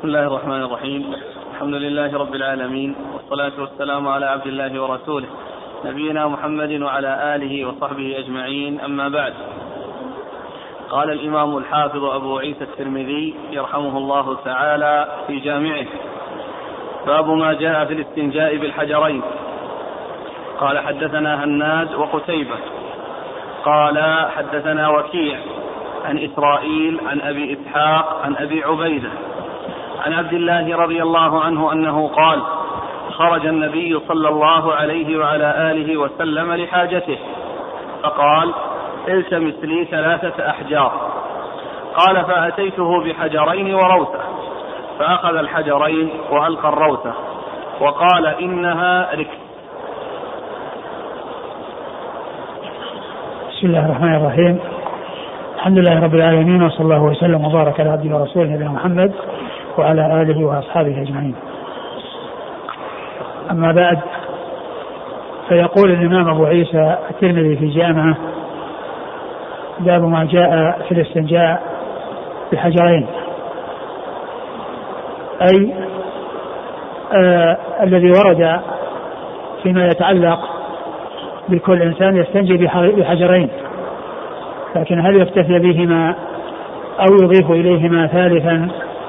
بسم الله الرحمن الرحيم. الحمد لله رب العالمين، والصلاة والسلام على عبد الله ورسوله نبينا محمد وعلى آله وصحبه أجمعين، أما بعد. قال الإمام الحافظ أبو عيسى الترمذي يرحمه الله تعالى في جامعه: باب ما جاء في الاستنجاء بالحجرين. قال: حدثنا هناد وقتيبة قال: حدثنا وكيع عن إسرائيل عن أبي إسحاق عن أبي عبيدة عن عبد الله رضي الله عنه أنه قال: خرج النبي صلى الله عليه وعلى آله وسلم لحاجته، فقال: التمس لي 3 أحجار. قال: فأتيته بحجرين وروثة، فأخذ الحجرين وألقى الروثة وقال: إنها ركس. بسم الله الرحمن الرحيم. الحمد لله رب العالمين، وصلى الله وسلم وبارك على عبده ورسوله نبينا محمد وعلى آله وأصحابه أجمعين. أما بعد، فيقول الإمام أبو عيسى الترمذي في جامعه: باب ما جاء في الاستنجاء بحجرين، أي الذي ورد فيما يتعلق بكل إنسان يستنجي بحجرين، لكن هل يكتفي بهما أو يضيف إليهما ثالثا؟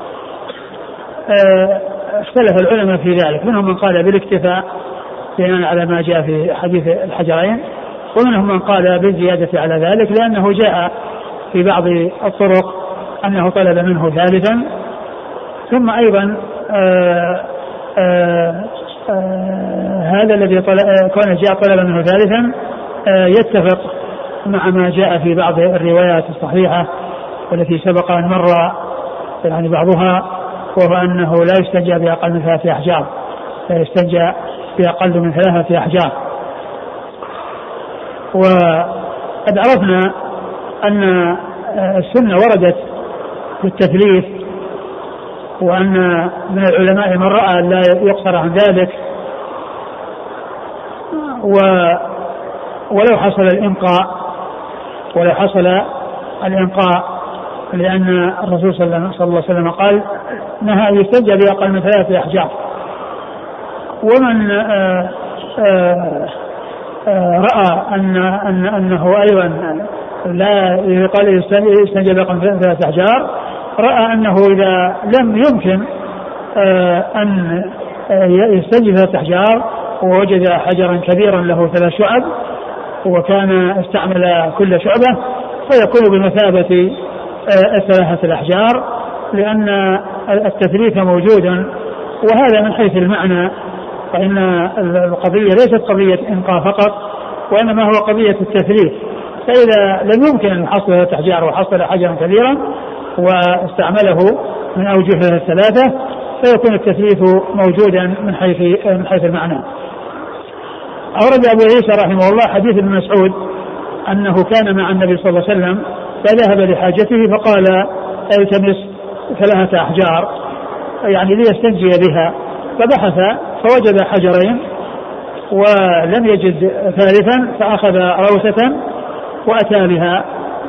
اختلف العلماء في ذلك، منهم من قال بالاكتفاء بناء على ما جاء في حديث الحجرين، ومنهم من قال بالزيادة على ذلك، لأنه جاء في بعض الطرق أنه طلب منه ثالثا. ثم أيضا هذا الذي كون جاء طلب منه ثالثا يتفق مع ما جاء في بعض الروايات الصحيحة والتي سبق أن مر يعني بعضها، وهو أنه لا يستنجى بأقل من 3 أحجار، لا يستنجى بأقل من 3 أحجار. وقد عرفنا أن السنة وردت بالتثليث، وأن من العلماء من رأى لا يقصر عن ذلك، ولو حصل الإنقاء لأن الرسول صلى الله عليه وسلم قال: نهى أن يستنجى بأقل من 3 أحجار. ومن رأى أنه أيضا لا يقال يستنجى بأقل من 3 أحجار، رأى أنه إذا لم يمكن أن يستنجي 3 أحجار ووجد حجرا كبيرا له 3 شعب وكان استعمل كل شعبة، فيكون بمثابة 3 أحجار، لأن التثليث موجودا. وهذا من حيث المعنى، فإن القضية ليست قضية إنقاء فقط، وإنما هو قضية التثليث. فإذا لم يمكن أن يحصل 3 أحجار وحصل حجرا كبيرا واستعمله من أوجهها 3، فيكون التثليث موجودا من حيث المعنى. أورد أبو عيسى رحمه الله حديث ابن مسعود أنه كان مع النبي صلى الله عليه وسلم فذهب لحاجته فقال: التمس 3 أحجار، يعني ليستنجي بها. فبحث فوجد حجرين ولم يجد ثالثا، فأخذ روثة وأتى بها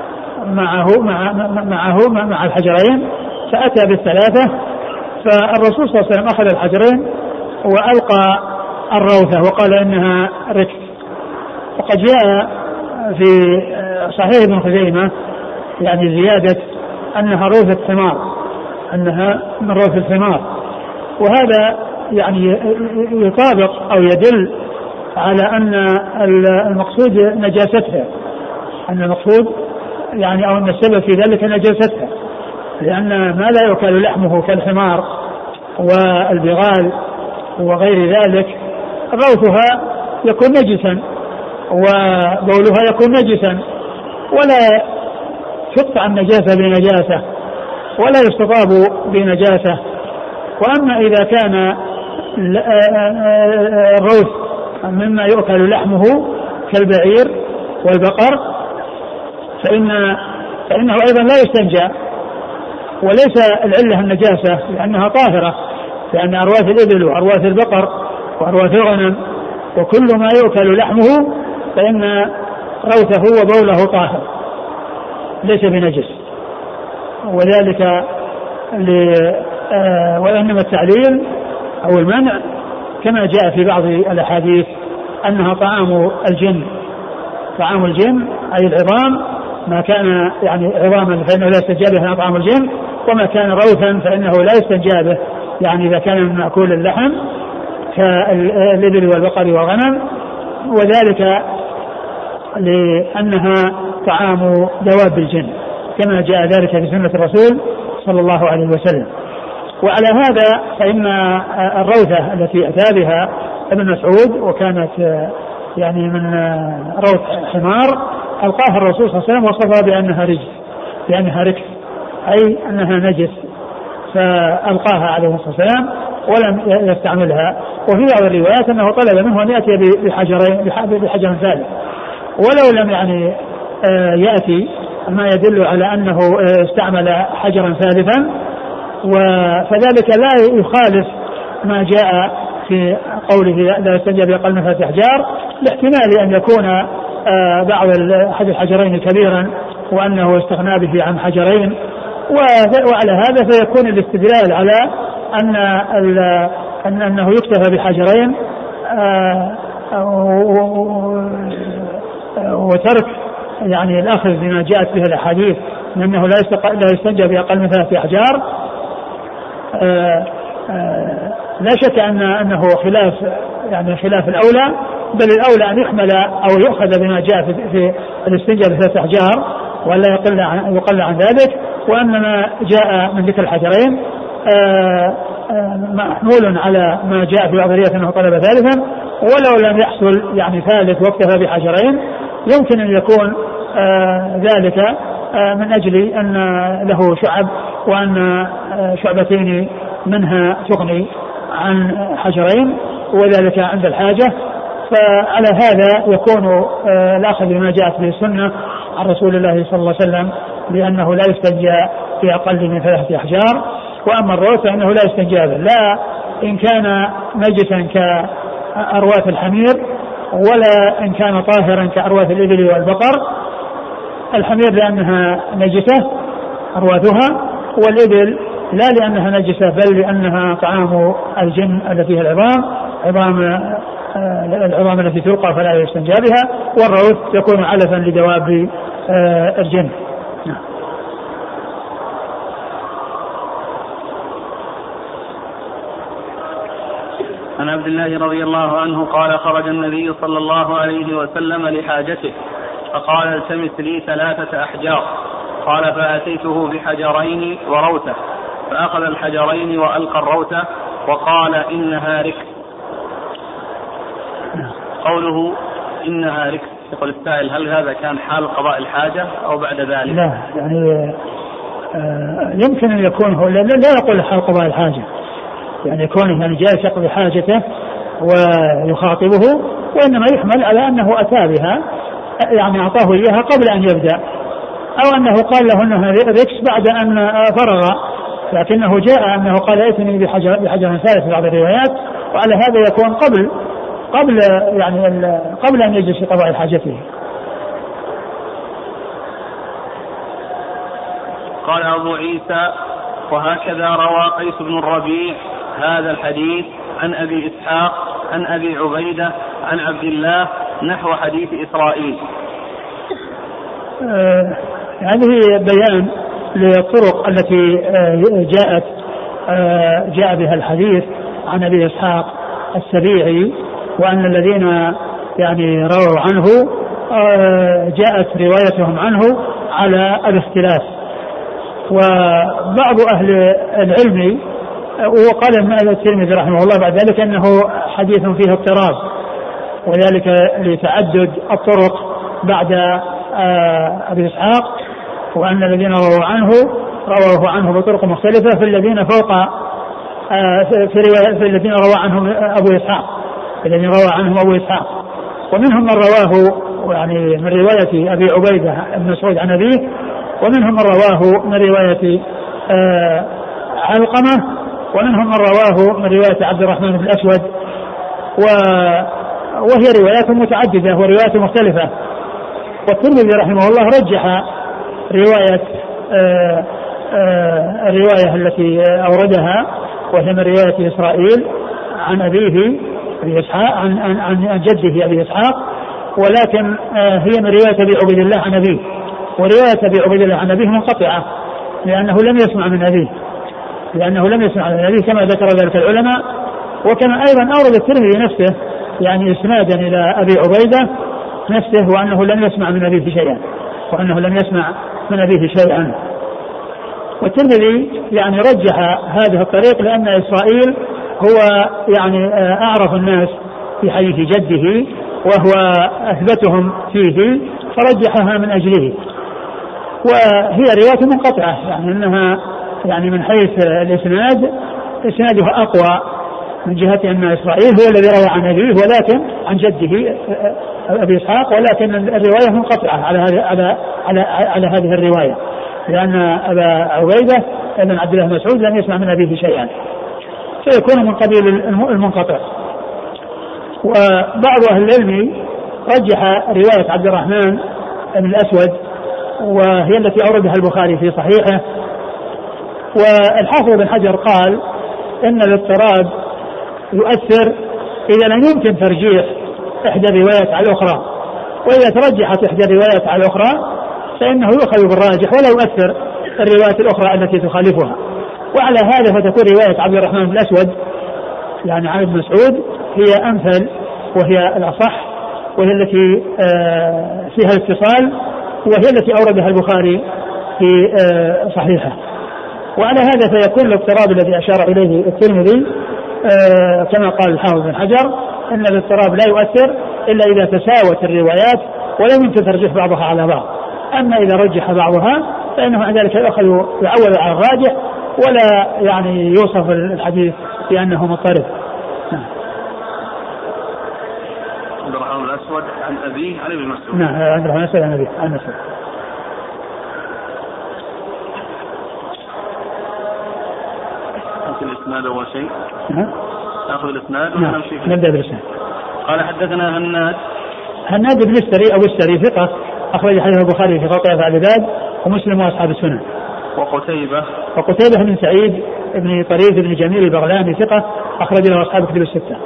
مع الحجرين، فأتى بال3. فالرسول صلى الله عليه وسلم أخذ الحجرين وألقى الروثة وقال: إنها ركس. وقد جاء في صحيح ابن خزيمة يعني زيادة أنها روثة حمار، أنها من روث الحمار، وهذا يعني يطابق أو يدل على أن المقصود نجاستها، أن المقصود يعني أو أن السبب في ذلك نجاستها، لأن ما لا يؤكل لحمه كالحمار والبغال وغير ذلك روثها يكون نجسا وبولها يكون نجسا، ولا تقطع النجاسة بنجاسة ولا يستطاب بنجاسة. وأما إذا كان الروث مما يؤكل لحمه كالبعير والبقر فإنه أيضا لا يستنجى، وليس العلة النجاسة لأنها طاهرة، لأن أرواث الإبل وأرواث البقر وأرواث الغنم وكل ما يؤكل لحمه فإن روثه وبوله طاهر ليس بنجس. وذلك وإنما التعليل أو المنع كما جاء في بعض الأحاديث أنها طعام الجن، طعام الجن أي العظام، ما كان يعني عظاما فإنه لا يستنجى به طعام الجن، وما كان روثا فإنه لا يستنجى به، يعني إذا كان من مأكول اللحم كالإبل والبقر والغنم، وذلك لأنها طعام دواب الجن كما جاء ذلك في سنة الرسول صلى الله عليه وسلم. وعلى هذا فإن الروثة التي أتى بها ابن مسعود وكانت يعني من روث حمار ألقاها الرسول صلى الله عليه وسلم وصفها بأنها رجس، بأنها ركس أي أنها نجس، فألقاها عليه الصلاة والسلام ولم يستعملها. وفي بعض الروايات أنه طلب منه أن يأتي بحجر ثالث، ولو لم يعني يأتي ما يدل على أنه استعمل حجرا ثالثا، فذلك لا يخالف ما جاء في قوله لا يستنجى بأقل من 3 أحجار، لاحتمال أن يكون بعض أحد الحجرين كبيرا وأنه استغنى به عن حجرين، وعلى هذا فيكون الاستدلال على أنه يكتفى بحجرين وترك يعني الأخذ بما جاءت به الأحاديث من أنه لا يستنجى بأقل من 3 أحجار. لا شك أنه خلاف الأولى، بل الأولى أن يحمل أو يؤخذ بما جاء في الاستنجاء ب3 أحجار ولا يقل عن ذلك، وأن ما جاء من ذكر الحجرين محمول على ما جاء في بعض الروايات أنه طلب ثالثا، ولو لم يحصل يعني ثالث واكتفى بحجرين يمكن أن يكون ذلك من أجل أن له شعب، وأن شعبتين منها تغني عن حجرين وذلك عند الحاجة. فعلى هذا يكون الأخذ بما جاءت به السنة عن رسول الله صلى الله عليه وسلم لأنه لا يستنجى في أقل من 3 أحجار. وأما الروث فإنه لا يستنجى به، لا إن كان نجسا كأرواث الحمير ولا إن كان طاهرا كأرواث الإبل والبقر. الحمير لأنها نجسة أرواثها، والإبل لا لأنها نجسة بل لأنها طعام الجن التي فيها العظام التي تلقى فلا يستنجى بها، والروث يكون علفا لدواب الجن. عن عبد الله رضي الله عنه قال خرج النبي صلى الله عليه وسلم لحاجته فقال التمس لي 3 أحجار، قال فأتيته بحجرين وروثة، فأخذ الحجرين وألقى الروثة وقال إنها ركس. قوله إنها ركس يقول السائل هل هذا كان حال قضاء الحاجة أو بعد ذلك؟ لا يعني يمكن أن يكون هو لا يقول حال قضاء الحاجة، يعني يكون يعني جالس يقضي حاجته ويخاطبه، وإنما يحمل على أنه أتى بها يعني أعطاه إياها قبل أن يبدأ، أو أنه قال له أنها ركس بعد أن فرغ، لكنه جاء أنه قال ائتني بحجر ثالث في بعض الروايات، وعلى هذا يكون قبل أن يجلس قضاء حاجته. قال أبو عيسى وهكذا روى قيس بن الربيع هذا الحديث عن أبي إسحاق عن أبي عبيدة عن عبد الله نحو حديث إسرائيل. هذه بيان للطرق التي جاء بها الحديث عن أبي إسحاق السبيعي، وأن الذين يعني رووا عنه جاءت روايتهم عنه على الاختلاف. وبعض أهل العلم وقال الترمذي رحمه الله بعد ذلك أنه حديث فيه اضطراب، وذلك لتعدد الطرق بعد أبي إسحاق، وأن الذين رواه عنه بطرق مختلفة في الذين فوق في الذين روى عنهم أبو إسحاق، الذين روى عنهم أبو إسحاق، ومنهم من رواه يعني من رواية أبي عبيدة بن مسعود عن أبيه، ومنهم من رواه من رواية علقمة، ومنهم من رواه من رواية عبد الرحمن بن الأسود، وهي روايات متعددة وروايات مختلفة. والترمذي رحمه الله رجح رواية الرواية التي أوردها وهي من رواية إسرائيل عن أبيه أبي إسحاق عن جده أبي إسحاق، ولكن هي من رواية أبي عبيد الله عن أبيه، ورواية أبي عبيد الله عن أبيه منقطعة لأنه لم يسمع من أبيه كما ذكر ذلك العلماء. وكما أيضا أورد الترمذي نفسه يعني إسنادا إلى أبي عبيدة نفسه وأنه لم يسمع من أبيه شيئا. والترمذي يعني رجح هذه الطريق لأن إسرائيل هو يعني أعرف الناس في حديث جده وهو أثبتهم فيه فرجحها من أجله. وهي رواية منقطعة يعني أنها يعني من حيث الإسناد إسنادها أقوى من جهة أن إسرائيل هو الذي روى عن أبيه ولكن عن جده أبي إسحاق، ولكن الرواية منقطعة على هذه الرواية لأن أبا عبيدة ابن عبد الله مسعود لم يسمع من أبيه شيئا فيكون من قبيل المنقطع. وبعض أهل العلم رجح رواية عبد الرحمن بن الأسود وهي التي أوردها البخاري في صحيحه. والحافظ بن حجر قال إن الاضطراب يؤثر إذا لم يمكن ترجيح إحدى الروايات على الأخرى، وإذا ترجحت إحدى الروايات على الأخرى فإنه يؤخذ بالراجح ولا يؤثر الروايات الأخرى التي تخالفها. وعلى هذا فتكون رواية عبد الرحمن بن الأسود يعني عن ابن مسعود هي أمثل وهي الأصح وهي التي فيها الاتصال وهي التي أوردها البخاري في صحيحه. وعلى هذا فيكون الاضطراب الذي أشار إليه الترمذي كما قال الحافظ بن حجر إن الاضطراب لا يؤثر إلا إذا تساوت الروايات ولم يمكن ترجح بعضها على بعض. أما إذا رجح بعضها فإنه عند ذلك يعول على الراجح ولا يعني يوصف الحديث بأنه مضطرب. عبد الرحمن الأسود عن أبيه عن ابن مسعود. نعم عبد الرحمن الأسود عن أبيه عن مسعود. نأخذ الإسناد أول شيء. نأخذ الإسناد ونمشي فيه. نبدأ بالإسناد. قال حدثنا هناد بن السري أبو السري ثقة أخرج حديث البخاري في خلق أفعال العباد ومسلم وأصحاب السنن. وقتيبة بن سعيد بن طريف بن جميل البغلاني ثقة أخرج له أصحاب كتب الستة.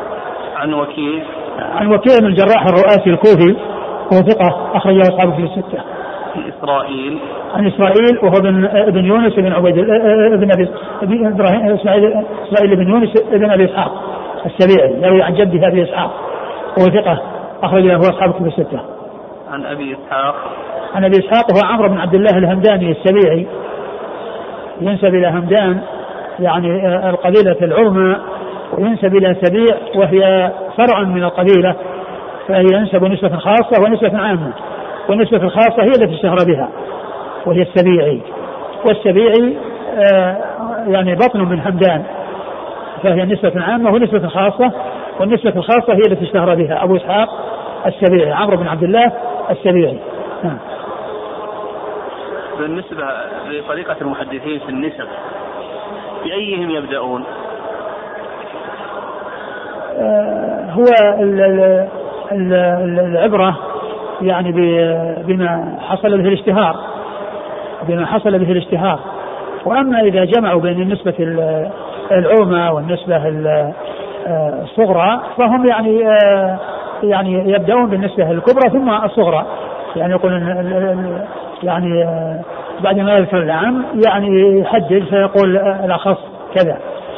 عن وكيع بن الجراح الرؤاسي الكوفي وهو ثقة أخرج له أصحاب كتب الستة. عن إسرائيل وهو ابن يونس بن عبيد ابن إبراهيم إسرائيل بن يونس ابن أبي إسحاق السبيعي يروي عن جده أبي إسحاق وهو ثقة أخرج له أصحاب كتب الستة. عن أبي إسحاق وهو عمرو بن عبد الله الهمداني السبيعي ينسب إلى همدان يعني القبيلة العرمى وينسب إلى سبيع وهي فرع من القبيلة فهي ينسب نسبة خاصة ونسبة عامة والنسبة الخاصة هي التي اشتهر بها وهي السبيعي والسبيعي يعني بطن من همدان فهي نسبة عامة ونسبة خاصة والنسبة الخاصة هي التي اشتهر بها أبو إسحاق السبيعي عمرو بن عبد الله السبيعي. بالنسبة لطريقة المحدثين في النسب بأيهم يبدأون؟ هو العبرة يعني بما حصل به الاشتهار وأما إذا جمعوا بين النسبة العظمى والنسبة الصغرى فهم يعني يبدأون بالنسبة الكبرى ثم الصغرى يعني يقولون يعني بعد ما يذكر العام يعني يحدد فيقول الأخص كذا.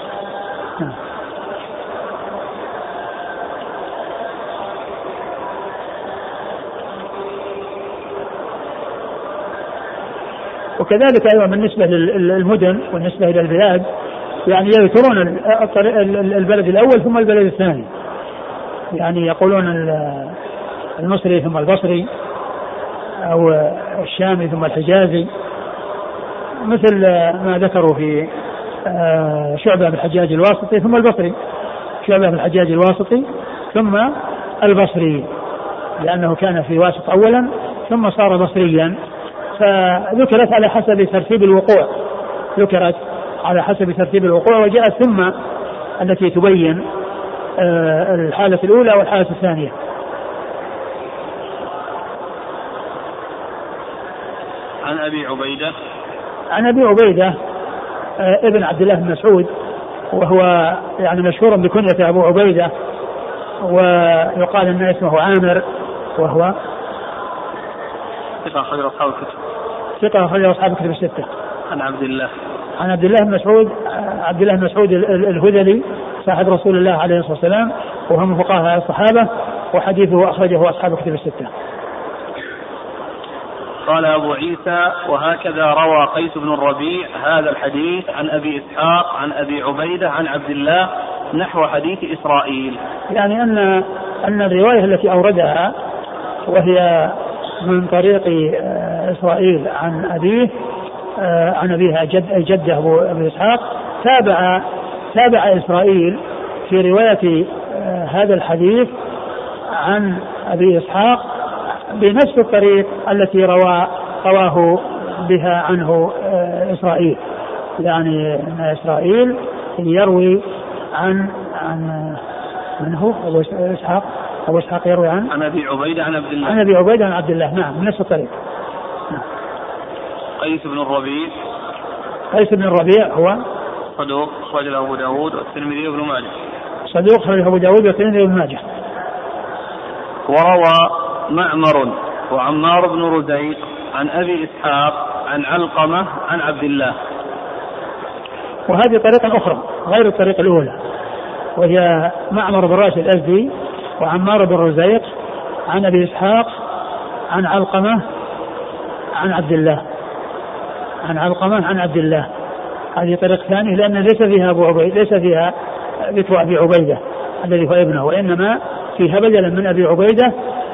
وكذلك أيضا بالنسبة للمدن والنسبة إلى البلاد يعني يذكرون البلد الأول ثم البلد الثاني يعني يقولون المصري ثم البصري أو الشامي ثم الحجازي مثل ما ذكروا في شعبة بالحجاج الواسطي ثم البصري شعبة بالحجاج الواسطي ثم البصري لأنه كان في واسط أولا ثم صار بصريا فذكرت على حسب ترتيب الوقوع وجاءت ثم التي تبين الحالة الأولى والحالة الثانية. عن أبي عبيدة عن أبي عبيدة ابن عبد الله بن مسعود، وهو يعني مشهور بكنية أبو عبيدة، ويقال أن اسمه عامر، وهو ثقة أخرجه أصحاب الكتب. ثقة أخرجه أصحاب الكتب الستة. عن عبد الله بن مسعود، عبد الله بن مسعود الهذلي صاحب رسول الله عليه الصلاة والسلام، وهو من فقهاء الصحابة، وحديثه أخرجه أصحاب الكتب الستة. قال أبو عيسى: وهكذا روى قيس بن الربيع هذا الحديث عن أبي إسحاق عن أبي عبيدة عن عبد الله نحو حديث إسرائيل. يعني أن الرواية التي أوردها وهي من طريق إسرائيل عن أبيه عن أبيها جده أبو إسحاق، تابع إسرائيل في رواية هذا الحديث عن أبي إسحاق بنفس الطريق التي رواه بها عنه إسرائيل. يعني أن إسرائيل يروي عن من هو أبو إسحاق يروي عن أبي عبيدة عن عبد الله، عن أبي عبيدة عن عبد الله، نعم، بنفس الطريق. قيس بن الربيع هو صدوق أخرجه أبو داود والترمذي وابن ماجه. صدوق أخرجه أبو داود والترمذي وابن ماجه. وروى معمر وعمار بن رزيق عن أبي إسحاق عن علقمة عن عبد الله. وهذه طريقة أخرى غير الطريقة الأولى، وهي معمر بن راشد الأزدي وعمار بن رزيق عن أبي إسحاق عن علقمة عن عبد الله، عن علقمة عن عبد الله. هذه طريقة ثانية، لأن ليس فيها أبو عبيدة، ليس فيها ذكر أبي عبيدة الذي هو ابنه، وإنما فيها بدلا من أبي عبيدة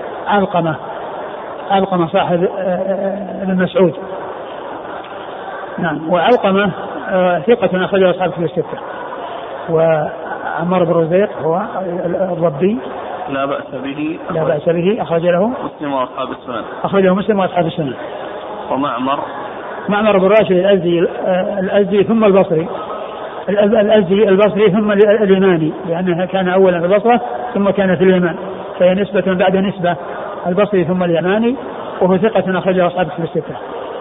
علقمة صاحب ابن مسعود. نعم. وعلقمة ثقة أخرجه أصحاب الكتب الستة. وعمار بن رزيق هو الربي لا بأس به أخرج له مسلم وأصحاب السنن. أخرجه مسلم وأصحاب السنن. ومعمر بن راشد الأزدي ثم البصري، البصري ثم اليماني، لأنها كان أولا في البصرة ثم كان في اليمن، فهي نسبة بعد نسبة، البصري ثم اليماني، وهو ثقة أخرجه أصحاب الكتب الستة.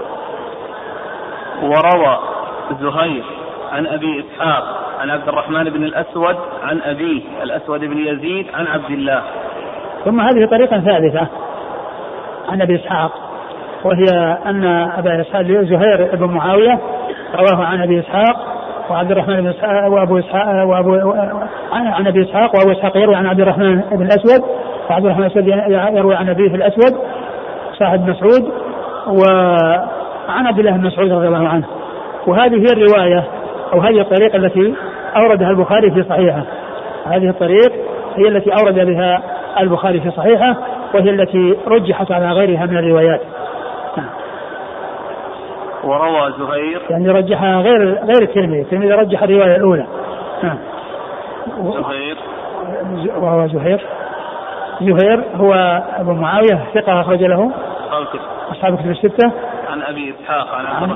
وروى زهير عن أبي إسحاق عن عبد الرحمن بن الأسود عن أبيه الأسود بن يزيد عن عبد الله. ثم هذه طريقة ثالثة عن أبي إسحاق، وهي أن أبا إسحاق زهير بن معاوية رواه عن أبي إسحاق وعبد الرحمن بن إسحاق وأبو إسحاق عن أبي إسحاق، وأبو إسحاق يروي عن عبد الرحمن بن الأسود، وعبد الرحمن الأسود يروي عن أبيه الأسود صاحب مسعود، وعن عبد الله بن مسعود رضي الله عنه. وهذه هي الرواية أو هذه الطريقة التي أوردها البخاري في صحيحه. هذه الطريق هي التي أورد بها البخاري في صحيحه، وهي التي رجحت على غيرها من الروايات. وروى زهير يعني رجحها غير الترمذي رجح الرواية الأولى. وهو زهير هو أبو معاوية ثقة أخرج له أصحاب الكتب الستة. عن أبي إسحاق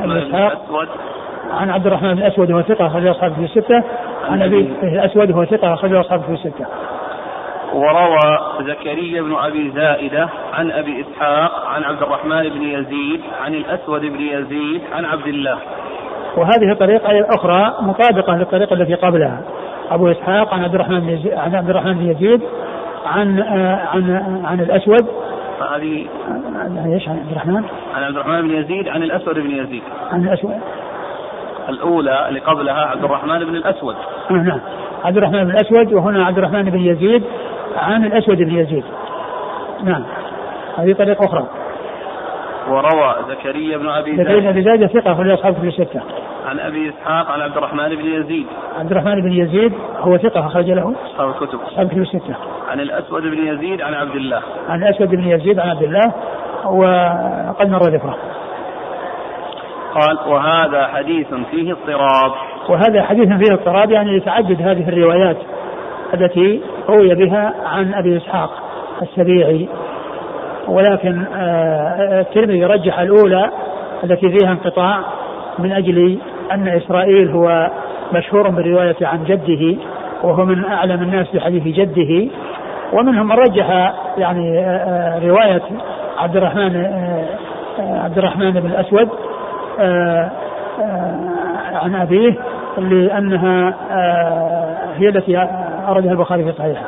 عن عبد الرحمن بن الأسود وهو ثقة أخرج أصحاب الكتب الستة. عن أبي الأسود وهو ثقة أخرج أصحاب الكتب الستة. وروى زكريا بن أبي زائدة عن أبي إسحاق عن عبد الرحمن بن يزيد عن الأسود بن يزيد عن عبد الله. وهذه الطريقة أخرى مطابقة للطريقة التي قبلها. أبو إسحاق عن عبد الرحمن بن يزيد عن الأسود. فهذه ايش عن عبد الرحمن بن يزيد عن الأسود بن يزيد عن الأسود. الأولى اللي قبلها عبد الرحمن بن الأسود. نعم، عبد الرحمن بن الأسود، وهنا عبد الرحمن بن يزيد عن الأسود بن يزيد. نعم، هذه طريقة أخرى. وروى زكريا بن أبي زائدة ثقة في أصحاب الكتب الستة. عن أبي إسحاق عن عبد الرحمن بن يزيد. عبد الرحمن بن يزيد هو ثقة أخرج له أصحاب الكتب الستة. عن الأسود بن يزيد عن عبد الله. عن الأسود بن يزيد عن عبد الله، وقد مر ذكره. قال: وهذا حديث فيه اضطراب. وهذا حديث فيه اضطراب، يعني يتعدد هذه الروايات التي روي بها عن أبي إسحاق السبيعي، ولكن الترمذي يرجح الأولى التي فيها انقطاع من أجل أن إسرائيل هو مشهور بالرواية عن جده، وهو من أعلم الناس بحديث جده. ومنهم من رجح يعني رواية عبد الرحمن بن الأسود عن أبيه لأنها هي التي أردها البخاري في صحيحه.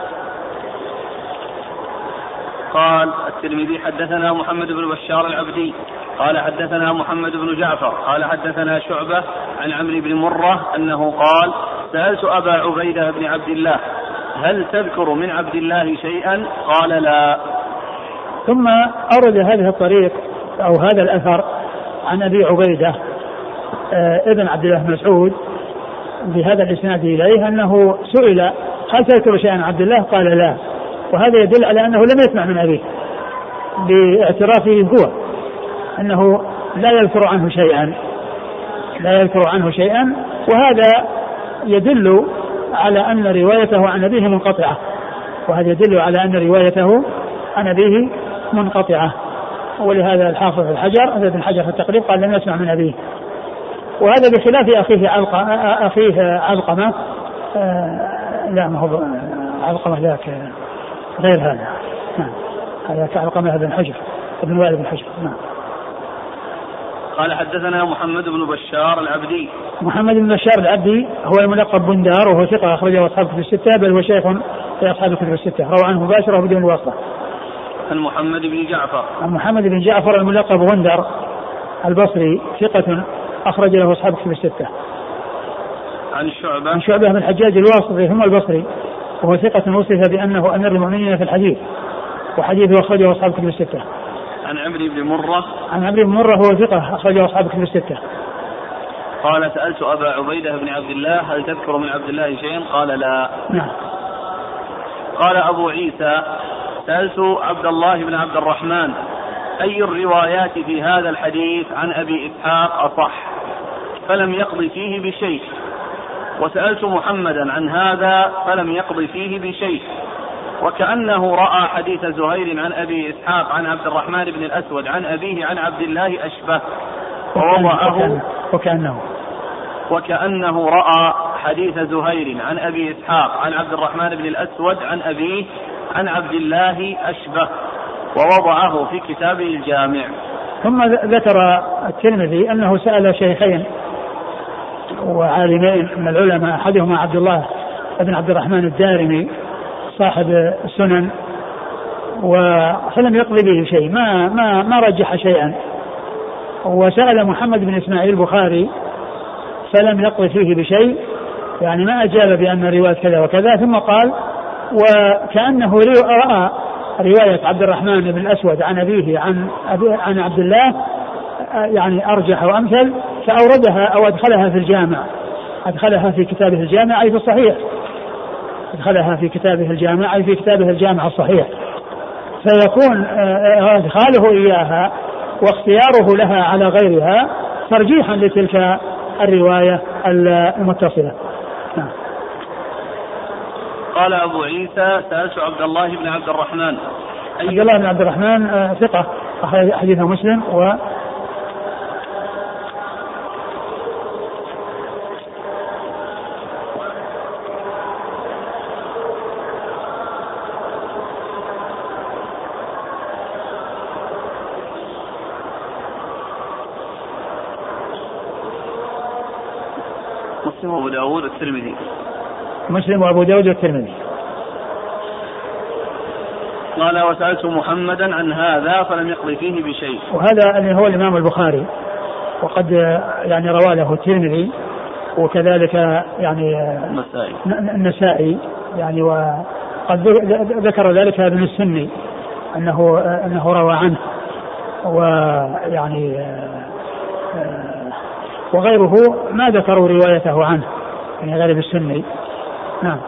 قال الترمذي حدثنا محمد بن بشار العبدي قال حدثنا محمد بن جعفر قال حدثنا شعبة عن عمرو بن مرة أنه قال سألت أبا عبيدة بن عبد الله هل تذكر من عبد الله شيئا؟ قال لا. ثم أورد هذه الطريق أو هذا الأثر عن أبي عبيدة ابن عبد الله بن مسعود بهذا الإسناد إليه أنه سئل هل تذكر شيئا عن عبد الله؟ قال لا. وهذا يدل على أنه لم يسمع من أبيه باعترافه هو أنه لا يذكر عنه شيئا وهذا يدل على أن روايته عن أبيه منقطعة ولهذا الحافظ ابن حجر في التقريب قال لم يسمع من أبيه. وهذا بخلاف أخيه علقمة لا ما هو علقمة ذاك غير هذا هذا كعلقمة بن حجر ابن وائل بن حجر. قال حدثنا محمد بن بشار العبدي. محمد بن بشار العبدي هو الملقب بندار وهو ثقة أخرجه أصحاب الكتب الستة بل هو شيخ في أصحاب الكتب الستة روى عنه مباشرة بدون واسطة. عن محمد بن جعفر الملقب غندر البصري ثقة أخرج له أصحاب الكتب الستة. عن شعبة بن الحجاج الواسطي ثم البصري وهو ثقة وصف بأنه أمير المؤمنين في الحديث وحديثه أخرجه أصحاب الكتب الستة. عن عمرو بن مرة هو ثقة أخرجه أصحاب الكتب الستة. قال سألت أبا عبيدة بن عبد الله هل تذكر من عبد الله شيئا؟ قال لا. نعم. قال أبو عيسى سألت عبد الله بن عبد الرحمن أي الروايات في هذا الحديث عن أبي إسحاق أصح فلم يقض فيه بشيء وسألت محمدا عن هذا فلم يقض فيه بشيء وكأنه رأى حديث زهير عن أبي إسحاق عن عبد الرحمن بن الأسود عن أبيه عن عبد الله أشبه ووضعه وكأنه رأى حديث زهير عن أبي إسحاق عن عبد الرحمن بن الأسود عن أبيه عن عبد الله أشبه ووضعه في كتابه الجامع. ثم ذكر الترمذي أنه سأل شيخين وعالمين من العلماء أحدهما عبد الله بن عبد الرحمن الدارمي صاحب السنن فلم يقضي به شيء ما رجح شيئا وسأل محمد بن إسماعيل البخاري فلم يقضي فيه بشيء يعني ما أجاب بأن رواية كذا وكذا ثم قال وكأنه رأى رواية عبد الرحمن بن الأسود عن أبيه عن عبد الله يعني أرجح وأمثل فأوردها أو أدخلها في الجامع أدخلها في كتابه الجامع أي في الصحيح أدخلها في كتابه الجامع أي في كتابه الجامع الصحيح فيكون إدخاله إياها واختياره لها على غيرها ترجيحا لتلك الرواية المتصلة. قال أبو عيسى سألت عبد الله بن عبد الرحمن عبد الله بن عبد الرحمن ثقة أخرج حديثه مسلم مسلم وأبو داود والترمذي. مسلم وأبو داود والترمذي. قال وسألت محمدا عن هذا فلم يقضي فيه بشيء. وهذا اللي هو الإمام البخاري وقد يعني روى له الترمذي وكذلك يعني النسائي يعني وقد ذكر ذلك ابن السني أنه روى عنه ويعني وغيره ما ذكروا روايته عنه يعني غير السني. نعم.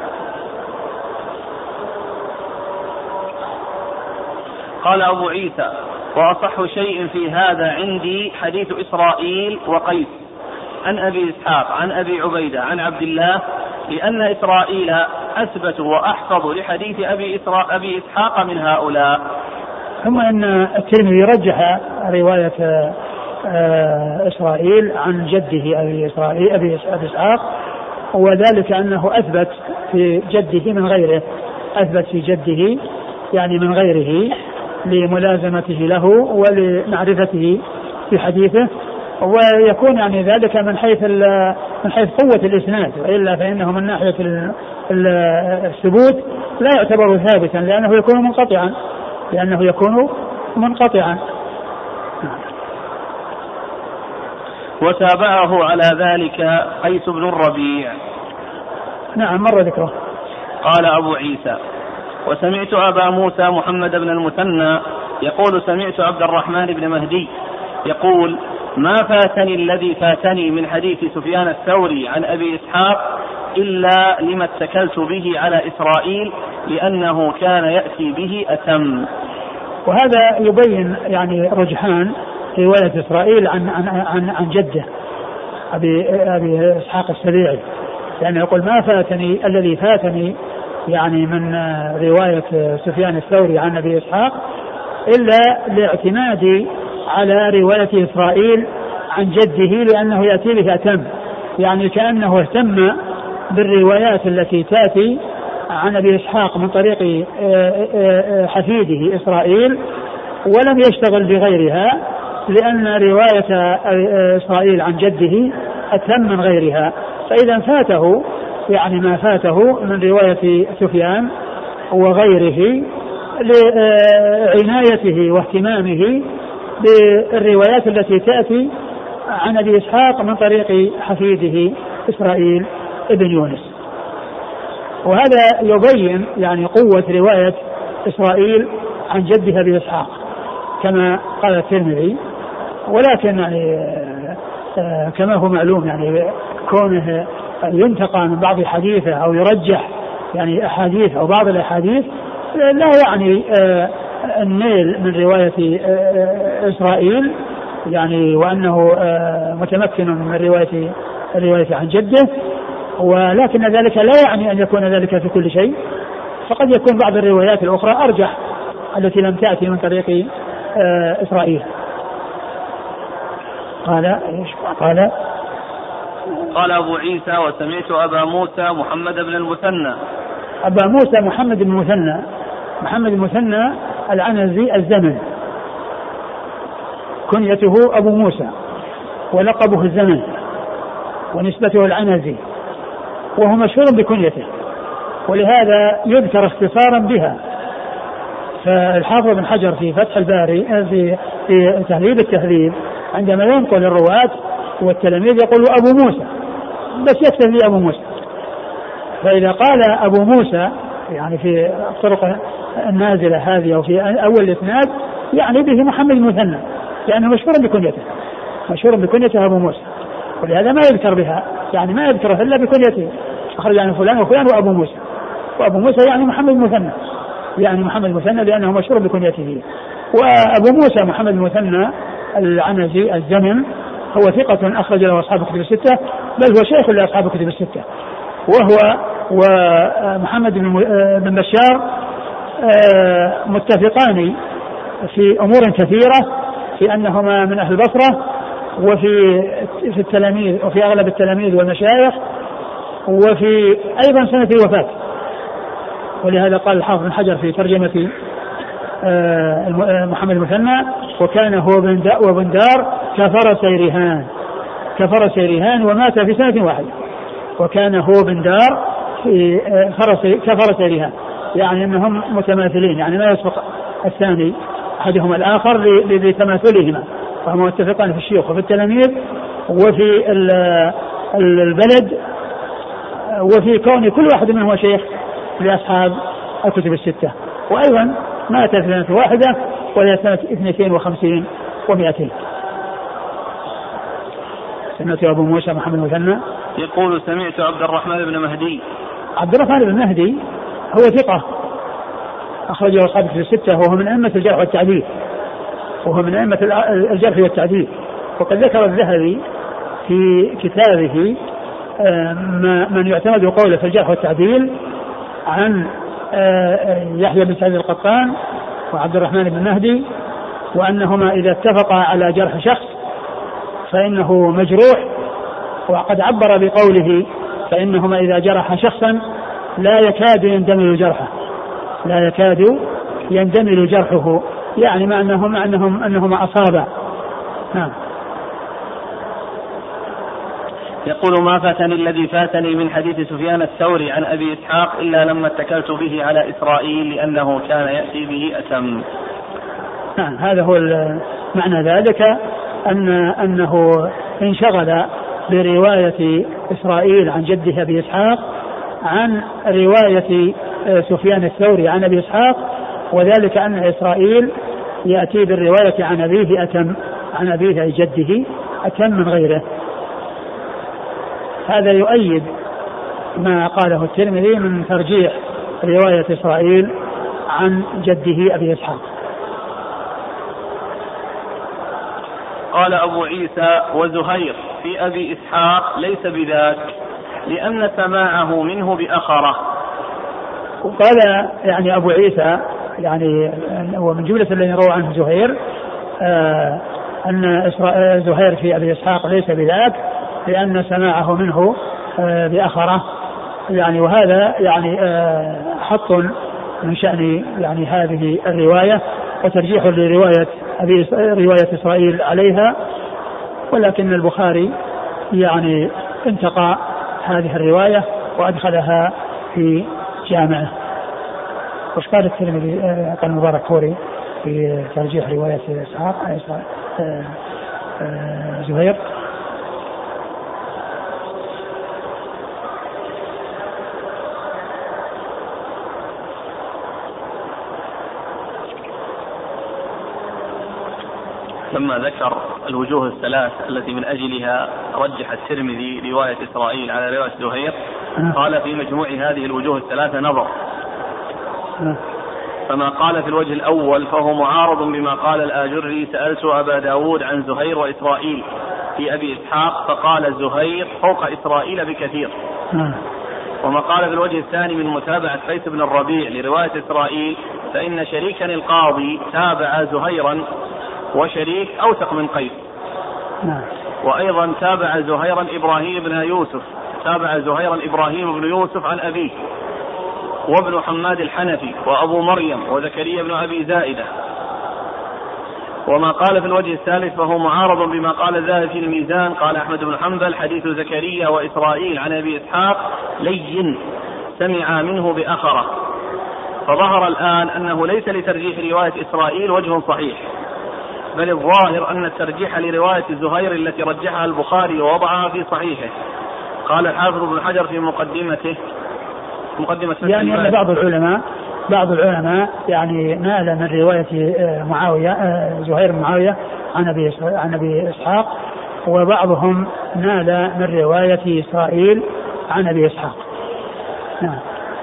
قال أبو عيسى وأصح شيء في هذا عندي حديث إسرائيل وقيس عن أبي إسحاق عن أبي عبيدة عن عبد الله لأن إسرائيل أثبت وأحفظ لحديث أبي إسحاق من هؤلاء. ثم أن الترمذي رجح رواية إسرائيل عن جده أبي إسحاق وذلك أنه أثبت في جده من غيره أثبت في جده يعني من غيره لملازمته له ولمعرفته في حديثه ويكون يعني ذلك من حيث قوة الإسناد، وإلا فإنه من ناحية الثبوت لا يعتبر ثابتا لأنه يكون منقطعا. وتابعه على ذلك قيس بن الربيع. نعم مر ذكره. قال أبو عيسى: وسمعت أبا موسى محمد بن المثنى يقول: سمعت عبد الرحمن بن مهدي يقول: ما فاتني الذي فاتني من حديث سفيان الثوري عن أبي إسحاق إلا لما اتكلت به على إسرائيل لأنه كان يأتي به أتم. وهذا يبين يعني رجحان رواية إسرائيل عن جده أبي إسحاق السبيعي، يعني يقول: ما فاتني الذي فاتني يعني من رواية سفيان الثوري عن أبي إسحاق إلا لاعتمادي على رواية إسرائيل عن جده لأنه يأتي به أتم، يعني كأنه اهتم بالروايات التي تأتي عن أبي إسحاق من طريق حفيده إسرائيل ولم يشتغل بغيرها، لأن رواية إسرائيل عن جده أتم من غيرها. فإذا فاته يعني ما فاته من رواية سفيان وغيره لعنايته واهتمامه بالروايات التي تأتي عن أبي إسحاق من طريق حفيده إسرائيل ابن يونس. وهذا يبين يعني قوة رواية إسرائيل عن جده أبي إسحاق كما قال الترمذي. ولكن يعني كما هو معلوم يعني كونه ينتقى من بعض حديثه أو يرجح يعني أحاديث أو بعض الأحاديث لا يعني النيل من رواية إسرائيل يعني وأنه متمكن من الرواية عن جده، ولكن ذلك لا يعني أن يكون ذلك في كل شيء، فقد يكون بعض الروايات الأخرى أرجح التي لم تأتي من طريق إسرائيل. قال أبو عيسى: وسمعت أبا موسى محمد بن المثنى. أبا موسى محمد بن المثنى العنزي الزمن، كنيته أبو موسى ولقبه الزمن ونسبته العنزي، وهو مشهور بكنيته ولهذا يذكر اختصارا بها. فالحافظ بن حجر في فتح الباري في تهذيب التهذيب عندما ينقل الرواة والتلاميذ يقول أبو موسى بس يكتب لي أبو موسى. فإذا قال أبو موسى يعني في الطرق النازلة هذه أو في أول الإسناد يعني به محمد المثنى، لأنه مشهور بكنيته أبو موسى، ولهذا ما يذكر بها، يعني ما يذكره إلا بكنيته، أخرج عن فلان وفلان وأبو موسى، وأبو موسى يعني محمد المثنى، يعني محمد المثنى لأنه مشهور بكنيته. وأبو موسى محمد المثنى العنزي الزمن هو ثقة أخرج له أصحاب الكتب الستة، بل هو شيخ لأصحاب الكتب الستة. وهو ومحمد بن بشار متفقان في أمور كثيرة، في أنهما من أهل البصرة وفي التلاميذ وفي أغلب التلاميذ والمشايخ، وفي أيضا سنة الوفاة. ولهذا قال الحافظ بن حجر في ترجمة محمد المثنى: وكان هو وابن دار كفر سيرهان ومات في سنة واحدة. وكان هو بن دار كفر سيرهان، يعني أنهم متماثلين، يعني ما يسبق الثاني أحدهما الآخر لتماثلهما، فهم متفقان في الشيوخ وفي التلاميذ وفي البلد وفي كون كل واحد منهم شيخ لأصحاب الكتب الستة. وأيضا مات في سنة واحدة وهي سنة 52 و200. سمعت أبو موسى محمد المثنى يقول: سمعت عبد الرحمن بن مهدي. عبد الرحمن بن مهدي هو ثقة أخرج له أصحاب الكتب الستة، وهو من أئمة الجرح والتعديل، وقد ذكر الذهبي في كتابه من يعتمد قوله في الجرح والتعديل عن يحيى بن سعيد القطان وعبد الرحمن بن مهدي، وأنهما إذا اتفقا على جرح شخص فإنه مجروح، وقد عبر بقوله فإنهما إذا جرح شخصا لا يكاد يندمل جرحه، يعني مع أنهما أصابا. يقول: ما فاتني الذي فاتني من حديث سفيان الثوري عن أبي إسحاق إلا لما اتكلت به على إسرائيل لأنه كان يأتي به أتم. هذا هو معنى ذلك، أنه انشغل برواية إسرائيل عن جده أبي إسحاق عن رواية سفيان الثوري عن أبي إسحاق، وذلك أن إسرائيل يأتي بالرواية عن أبيه أتم، عن أبيه أي جده أتم من غيره. هذا يؤيد ما قاله الترمذي من ترجيح رواية إسرائيل عن جده أبي إسحاق. قال أبو عيسى: وزهير في أبي إسحاق ليس بذاك لأن سماعه منه بأخره. وقال يعني أبو عيسى يعني هو من جملة الذين روى عنه زهير أن زهير في أبي إسحاق ليس بذاك لأن سماعه منه بأخره يعني. وهذا يعني حط من شأن يعني هذه الرواية وترجيح لرواية رواية إسرائيل عليها، ولكن البخاري يعني انتقى هذه الرواية وأدخلها في جامعه. وش قال الترمذي قال مبارك فوري في ترجيح رواية زهير؟ لما ذكر الوجوه الثلاث التي من أجلها رجح الترمذي رواية إسرائيل على رواية زهير قال: في مجموع هذه الوجوه الثلاثة نظر. فما قال في الوجه الأول فهو معارض بما قال الآجري: سألت أبا داود عن زهير وإسرائيل في أبي إسحاق فقال زهير فوق إسرائيل بكثير. وما قال في الوجه الثاني من متابعة قيس بن الربيع لرواية إسرائيل فإن شريكا القاضي تابع زهيرا وشريك أوثق من قيس. وأيضا تابع زهيرا إبراهيم بن يوسف، تابع زهيرا إبراهيم بن يوسف عن أبيه وابن حماد الحنفي وأبو مريم وزكريا بن أبي زائدة. وما قال في الوجه الثالث فهو معارض بما قال الذهبي في الميزان. قال أحمد بن حنبل: حديث زكريا وإسرائيل عن أبي إسحاق لين سمع منه بأخره. فظهر الآن أنه ليس لترجيح رواية إسرائيل وجه صحيح، بل الظاهر أن الترجيح لرواية زهير التي رجحها البخاري ووضعها في صحيحه. قال الحافظ ابن حجر في مقدمة يعني أن بعض العلماء يعني نال من رواية زهير بن معاوية عن أبي إسحاق، وبعضهم نال من رواية إسرائيل عن أبي إسحاق. نعم.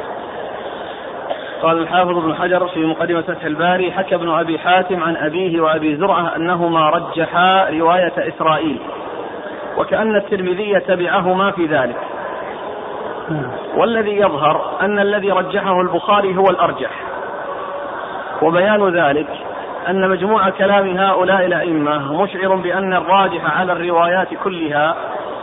قال الحافظ ابن حجر في مقدمة فتح الباري: حكى ابن أبي حاتم عن أبيه وأبي زرعة أنهما رجحا رواية إسرائيل، وكأن الترمذي تبعهما في ذلك. والذي يظهر أن الذي رجحه البخاري هو الأرجح، وبيان ذلك أن مجموع كلام هؤلاء الأئمة مشعر بأن الراجح على الروايات كلها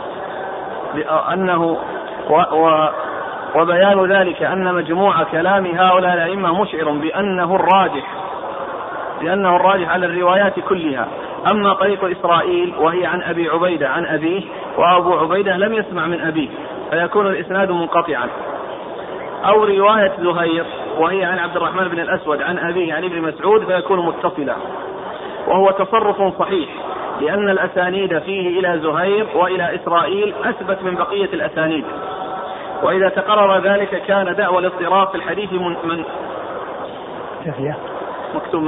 وبيان ذلك أن مجموع كلام هؤلاء الأئمة مشعر بأنه الراجح على الروايات كلها. أما طريق إسرائيل وهي عن أبي عبيدة عن أبيه، وأبو عبيدة لم يسمع من أبيه فيكون الإسناد منقطعا، أو رواية زهير وهي عن عبد الرحمن بن الأسود عن أبيه عن ابن مسعود فيكون متصلا، وهو تصرف صحيح لأن الأسانيد فيه إلى زهير وإلى إسرائيل أثبت من بقية الأسانيد. وإذا تقرر ذلك كان دعوى الاضطراب في الحديث مكتوب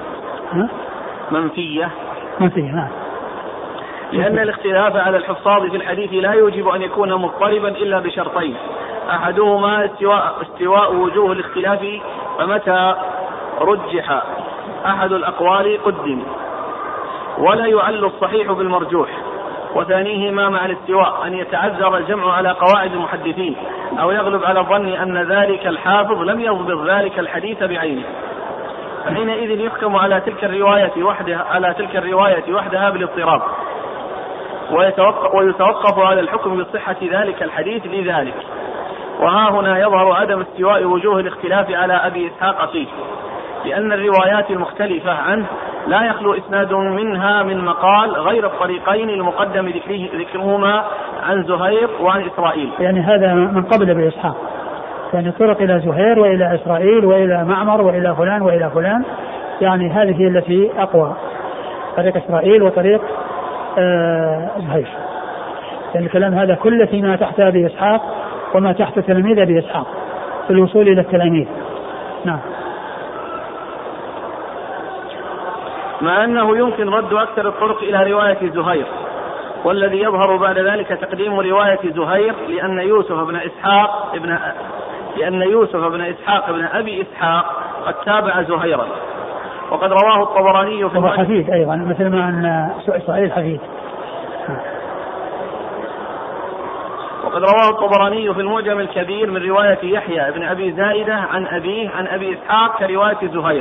منفية نعم. لأن الاختلاف على الحفاظ في الحديث لا يوجب أن يكون مضطربا إلا بشرطين: أحدهما استواء وجوه الاختلاف، فمتى رجح أحد الأقوال قدم، ولا يعل الصحيح بالمرجوح. وثانيهما مع الاستواء أن يتعذر الجمع على قواعد المحدثين، أو يغلب على الظن أن ذلك الحافظ لم يضبط ذلك الحديث بعينه، فحينئذ يحكم على تلك الرواية وحدها بالاضطراب، ويتوقف على الحكم بصحة ذلك الحديث لذلك. وها هنا يظهر عدم استواء وجوه الاختلاف على أبي إسحاق فيه، لأن الروايات المختلفة عنه لا يخلو إسناد منها من مقال غير الطريقين المقدم ذكرهما عن زهير وعن إسرائيل. يعني هذا من قبل أبي إسحاق، يعني طرق إلى زهير وإلى إسرائيل وإلى معمر وإلى فلان وإلى فلان، يعني هذه هي التي أقوى، طريق إسرائيل وطريق زهير. يعني الكلام هذا كله فيما تحت أبي إسحاق وما تحت تلاميذ أبي إسحاق في الوصول إلى التلاميذ. نعم. مع أنه يمكن رد أكثر الطرق إلى رواية زهير، والذي يظهر بعد ذلك تقديم رواية زهير لأن يوسف بن إسحاق بن أبي إسحاق قد تابع زهيرا، وقد رواه الطبراني في حفيد أيضا مثل ما أن إسرائيل حفيد. وقد رواه الطبراني في المعجم الكبير من رواية يحيى بن أبي زائدة عن أبيه عن أبي إسحاق كرواية زهير.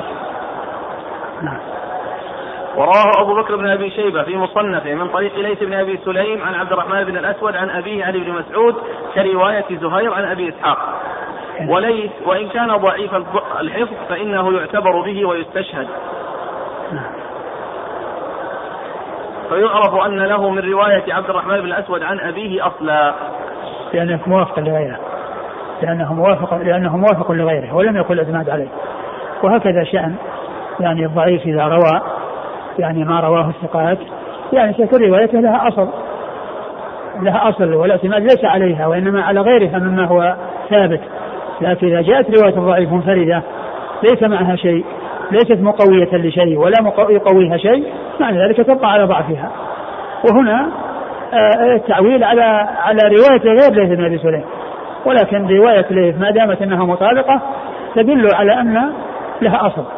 ورواه أبو بكر بن أبي شيبة في مصنفه من طريق ليث بن أبي سليم عن عبد الرحمن بن الأسود عن أبيه عن ابن مسعود كرواية زهير عن أبي إسحاق. وليث وإن كان ضعيف الحفظ فإنه يعتبر به ويستشهد، فيعرف أن له من رواية عبد الرحمن بن الأسود عن أبيه أصلا، لأنه موافق لغيره، لأنه موافق لغيره ولم يكن الاعتماد عليه. وهكذا شأن يعني الضعيف إذا روى يعني ما رواه الثقات، يعني تكون روايته لها أصل والاعتماد ليس عليها وإنما على غيرها مما هو ثابت. لكن إذا جاءت رواية الضعيف منفردة ليس معها شيء، ليست مقوية لشيء ولا يقويها شيء، معنى ذلك تبقى على ضعفها. وهنا التعويل على رواية غير ليث بن أبي سليم، ولكن رواية ليث ما دامت أنها مطابقة تدل على أن لها أصل.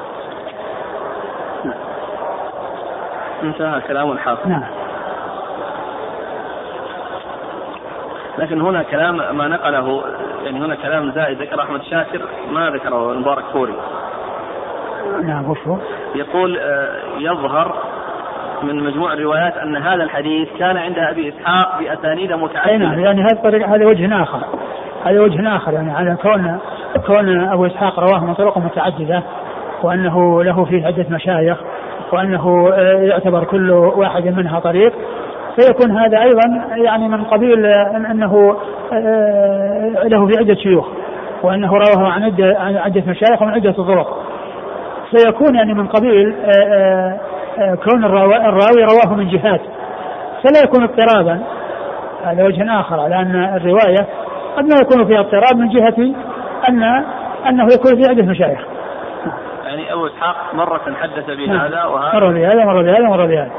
انتهى كلام الحافظ. نعم. لكن هنا كلام ما نقله، يعني هنا كلام زائد ذكر أحمد شاكر ما ذكره المبارك فوري. نعم. وشو يقول يظهر من مجموع الروايات أن هذا الحديث كان عند أبي إسحاق بأسانيد متعددة. نعم، يعني هذا وجه آخر، يعني على كون أبو إسحاق رواه من طرق متعددة وأنه له فيه عدة مشايخ وأنه يعتبر كل واحد منها طريق، فيكون هذا أيضا يعني من قبيل أنه له في عدة شيوخ وأنه رواه عن عدة مشايخ ومن عدة طرق، فيكون يعني من قبيل كون الراوي رواه من جهات، فلا يكون اضطرابا. هذا وجه آخر على أن الرواية قد ما يكون فيها اضطراب من جهة أنه يكون في عدة مشايخ. يعني أبو إسحاق مرة حدث بهذا مرة بهذا.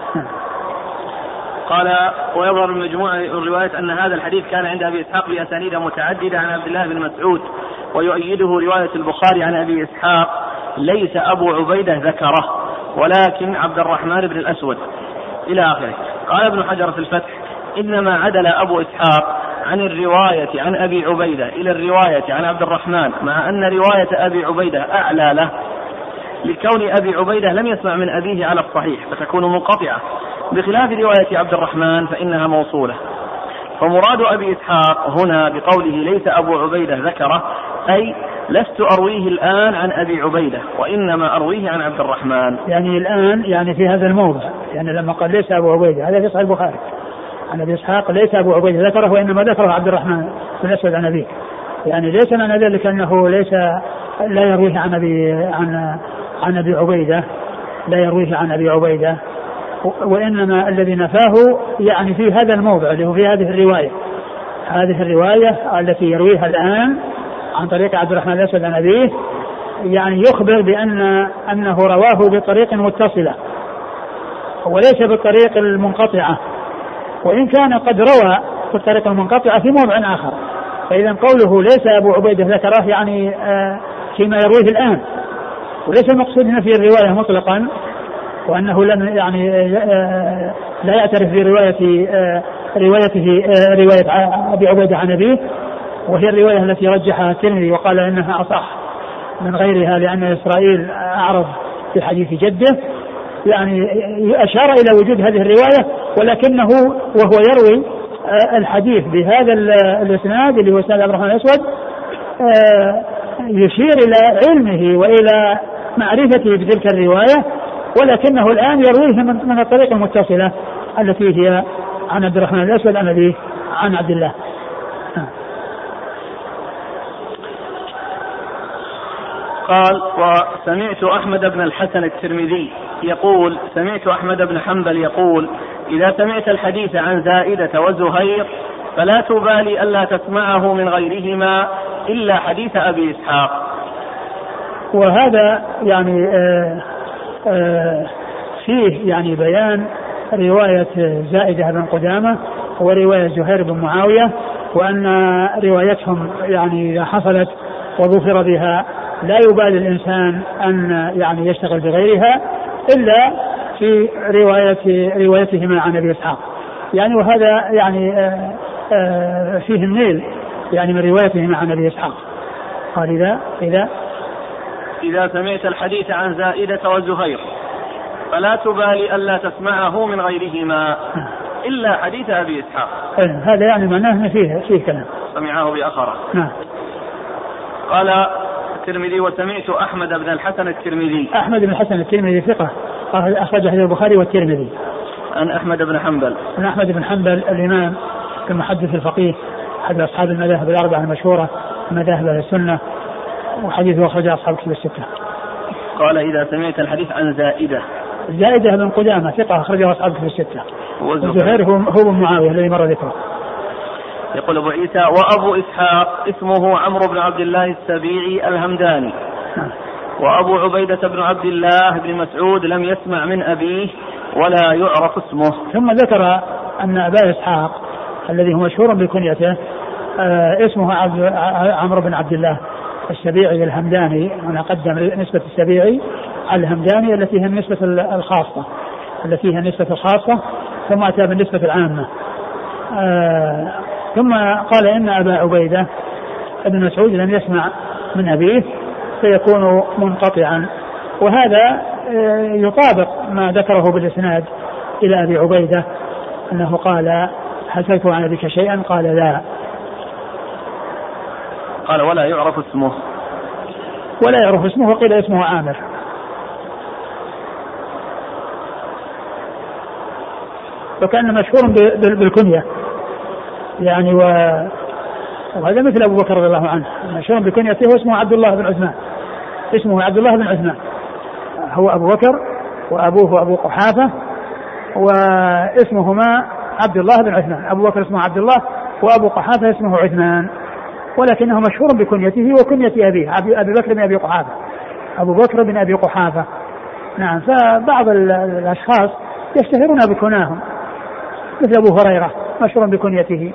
قال ويظهر من مجموعة الروايات أن هذا الحديث كان عند أبي إسحاق بأسانيد متعددة عن عبد الله بن مسعود، ويؤيده رواية البخاري عن أبي إسحاق ليس أبو عبيدة ذكره ولكن عبد الرحمن بن الأسود إلى آخره. قال ابن حجر في الفتح إنما عدل أبو إسحاق عن الرواية عن أبي عبيدة إلى الرواية عن عبد الرحمن، مع أن رواية أبي عبيدة أعلى له لكون أبي عبيدة لم يسمع من أبيه على الصحيح فتكون منقطعة، بخلاف رواية عبد الرحمن فإنها موصولة. فمراد أبي إسحاق هنا بقوله ليس أبو عبيدة ذكره أي لست أرويه الآن عن أبي عبيدة وإنما أرويه عن عبد الرحمن. يعني الآن يعني في هذا الموضع، يعني لما قال ليس أبو عبيدة هذا في صحيح البخاري عن أبي إسحاق ليس أبو عبيدة ذكره وإنما ذكره عبد الرحمن بن الأسود عن أبيه، يعني ليس معنى ذلك أنه لا يرويه عن أبي عبيدة، لا يرويه عن أبي عبيدة، وإنما الذي نفاه يعني في هذا الموضع اللي هو في هذه الرواية التي يرويها الآن عن طريق عبد الرحمن الأسود عن أبيه، يعني يخبر أنه رواه بطريق متصلة وليس بالطريق المنقطعة، وإن كان قد روى بالطريق المنقطعة في موضع آخر. فإذا قوله ليس أبو عبيدة ذكره يعني فيما يرويه الآن، وليس المقصود نفي الرواية مطلقا وأنه لم يعني لا يعترف بروايته رواية أبي عبيدة عن أبيه، وهي الرواية التي رجحها الترمذي وقال إنها أصح من غيرها لأن إسرائيل أعرض في حديث جده، يعني أشار إلى وجود هذه الرواية، ولكنه وهو يروي الحديث بهذا الإسناد اللي هو إسناد عبد الرحمن الأسود يشير إلى علمه وإلى معرفته بتلك الرواية، ولكنه الآن يرويه من الطريق المتصلة التي هي عن عبد الرحمن الأسود عن أبيه عن عبد الله. قال وسمعت أحمد بن الحسن الترمذي يقول سمعت أحمد بن حنبل يقول إذا سمعت الحديث عن زائدة وزهير فلا تبالي ألا تسمعه من غيرهما إلا حديث أبي إسحاق. وهذا يعني فيه يعني بيان رواية زائدة بن قدامة ورواية زهير بن معاوية، وأن روايتهم يعني إذا حصلت وظفر بها لا يبالي الإنسان أن يعني يشتغل بغيرها إلا في روايتهما عن أبي إسحاق يعني، وهذا يعني فيه النيل يعني من روايتهما عن أبي إسحاق. قال إذا سمعت الحديث عن زائدة وزهير فلا تبالي ألا تسمعه من غيرهما إلا حديث أبي إسحاق. هذا يعني معناه فيه كلام سمعه بأخره. قال الترمذي وسمعت أحمد بن الحسن الترمذي. أحمد بن الحسن الترمذي ثقة أخرج حديث البخاري والترمذي. عن أحمد بن حنبل. عن أحمد بن حنبل الإمام المحدث الفقيه أحد أصحاب المذاهب الأربعة المشهورة مذاهب السنة، وحديثه أخرجه أصحاب كتب الستة. قال إذا سمعت الحديث عن زائدة بن قدامة ثقة أخرجه أصحاب كتب الستة. وزهير هو بن معاوية الذي مر ذكره. يقول أبو عيسى وأبو إسحاق اسمه عمرو بن عبد الله السبيعي الهمداني. وأبو عبيدة بن عبد الله بن مسعود لم يسمع من أبيه ولا يعرف اسمه. ثم ذكر أن أبا إسحاق الذي هو مشهور بكنيته اسمه عمرو بن عبد الله السبيعي الهمداني. هنا قدم نسبة السبيعي على الهمداني التي هي النسبة الخاصة ثم أتى بالنسبة العامة. ثم قال إن أبا عبيدة ابن مسعود لم يسمع من أبيه فيكون منقطعا، وهذا يطابق ما ذكره بالإسناد إلى أبي عبيدة أنه قال هل سألت عن أبيك شيئا؟ قال لا. قال ولا يعرف اسمه وقيل اسمه عامر. وكان مشهور بالكنية يعني، وهذا مثل أبو بكر رضي الله عنه مشهور بكنيته واسمه عبد الله بن عثمان. هو أبو بكر وأبوه أبو قحافة واسمهما عبد الله بن عثمان. أبو بكر اسمه عبد الله وأبو قحافة اسمه عثمان، ولكنه مشهور بكنيته وكنية أبيه أبي بكر بن أبي قحافة. أبو بكر بن أبي قحافة. نعم. فبعض الأشخاص يشتهرون بكناهم مثل أبو هريرة مشهور بكنيته.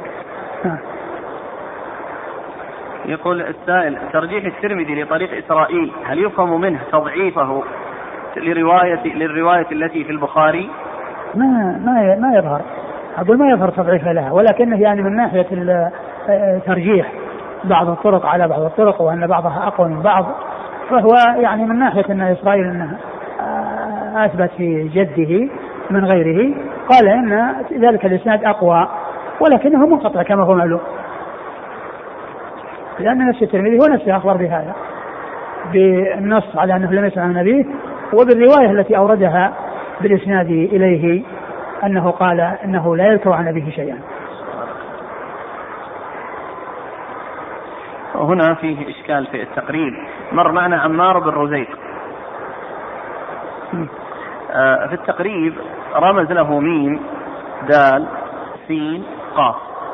يقول السائل ترجيح الترمذي لطريق إسرائيل هل يفهم منه تضعيفه للرواية التي في البخاري؟ ما يظهر. أقول ما يظهر تضعيفه لها، ولكنه يعني من ناحية ترجيح بعض الطرق على بعض الطرق وأن بعضها أقوى من بعض، فهو يعني من ناحية أن إسرائيل أنه أثبت في جده من غيره قال إن ذلك الإسناد أقوى، ولكنه منقطع كما هو معلوم، لأن نفس الترمذي هو نفسه أخبر بهذا بالنص على أنه لم يسمع عن أبيه، وبالرواية التي أوردها بالإسناد إليه أنه قال إنه لا يذكر عن أبيه شيئا. هنا فيه إشكال في التقريب. مر معنا عمار بن رزيق في التقريب رمز له ميم دال سين قاف.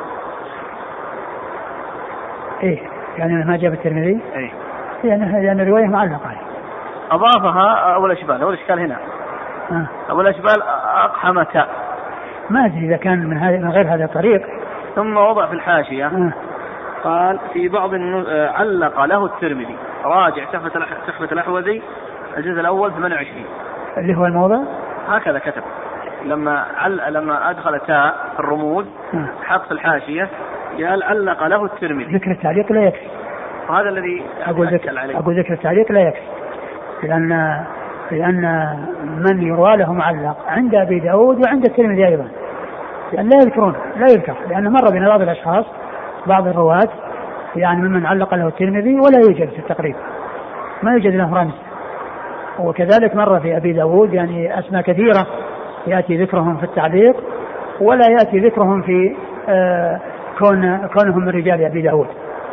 إيه يعني ما جاب الترمذي؟ إيه يعني الرواية معلقة أضافها أول إشكال هنا أول إشكال أقحمك، ما أدري إذا كان من غير هذا الطريق. ثم وضع في الحاشية قال في بعض علق له الترمذي راجع تحفة الأحوذي الجزء الأول 28 اللي هو الموضع هكذا كتب. لما أدخل تاء في الرموز حط في الحاشية قال علق له الترمذي. ذكر التعليق لا يكفي، وهذا الذي أقول ذكر التعليق لا يكفي، لأن من يروى له معلق عند أبي داود وعند الترمذي أيضا، لأن لا يذكر لأنه مر بين بعض الأشخاص بعض الرواة يعني ممن علق له الترمذي ولا يوجد في التقريب، ما يوجد له رمز. وكذلك مر في أبي داود يعني أسماء كثيرة يأتي ذكرهم في التعليق ولا يأتي ذكرهم في كونهم من رجال أبي داود.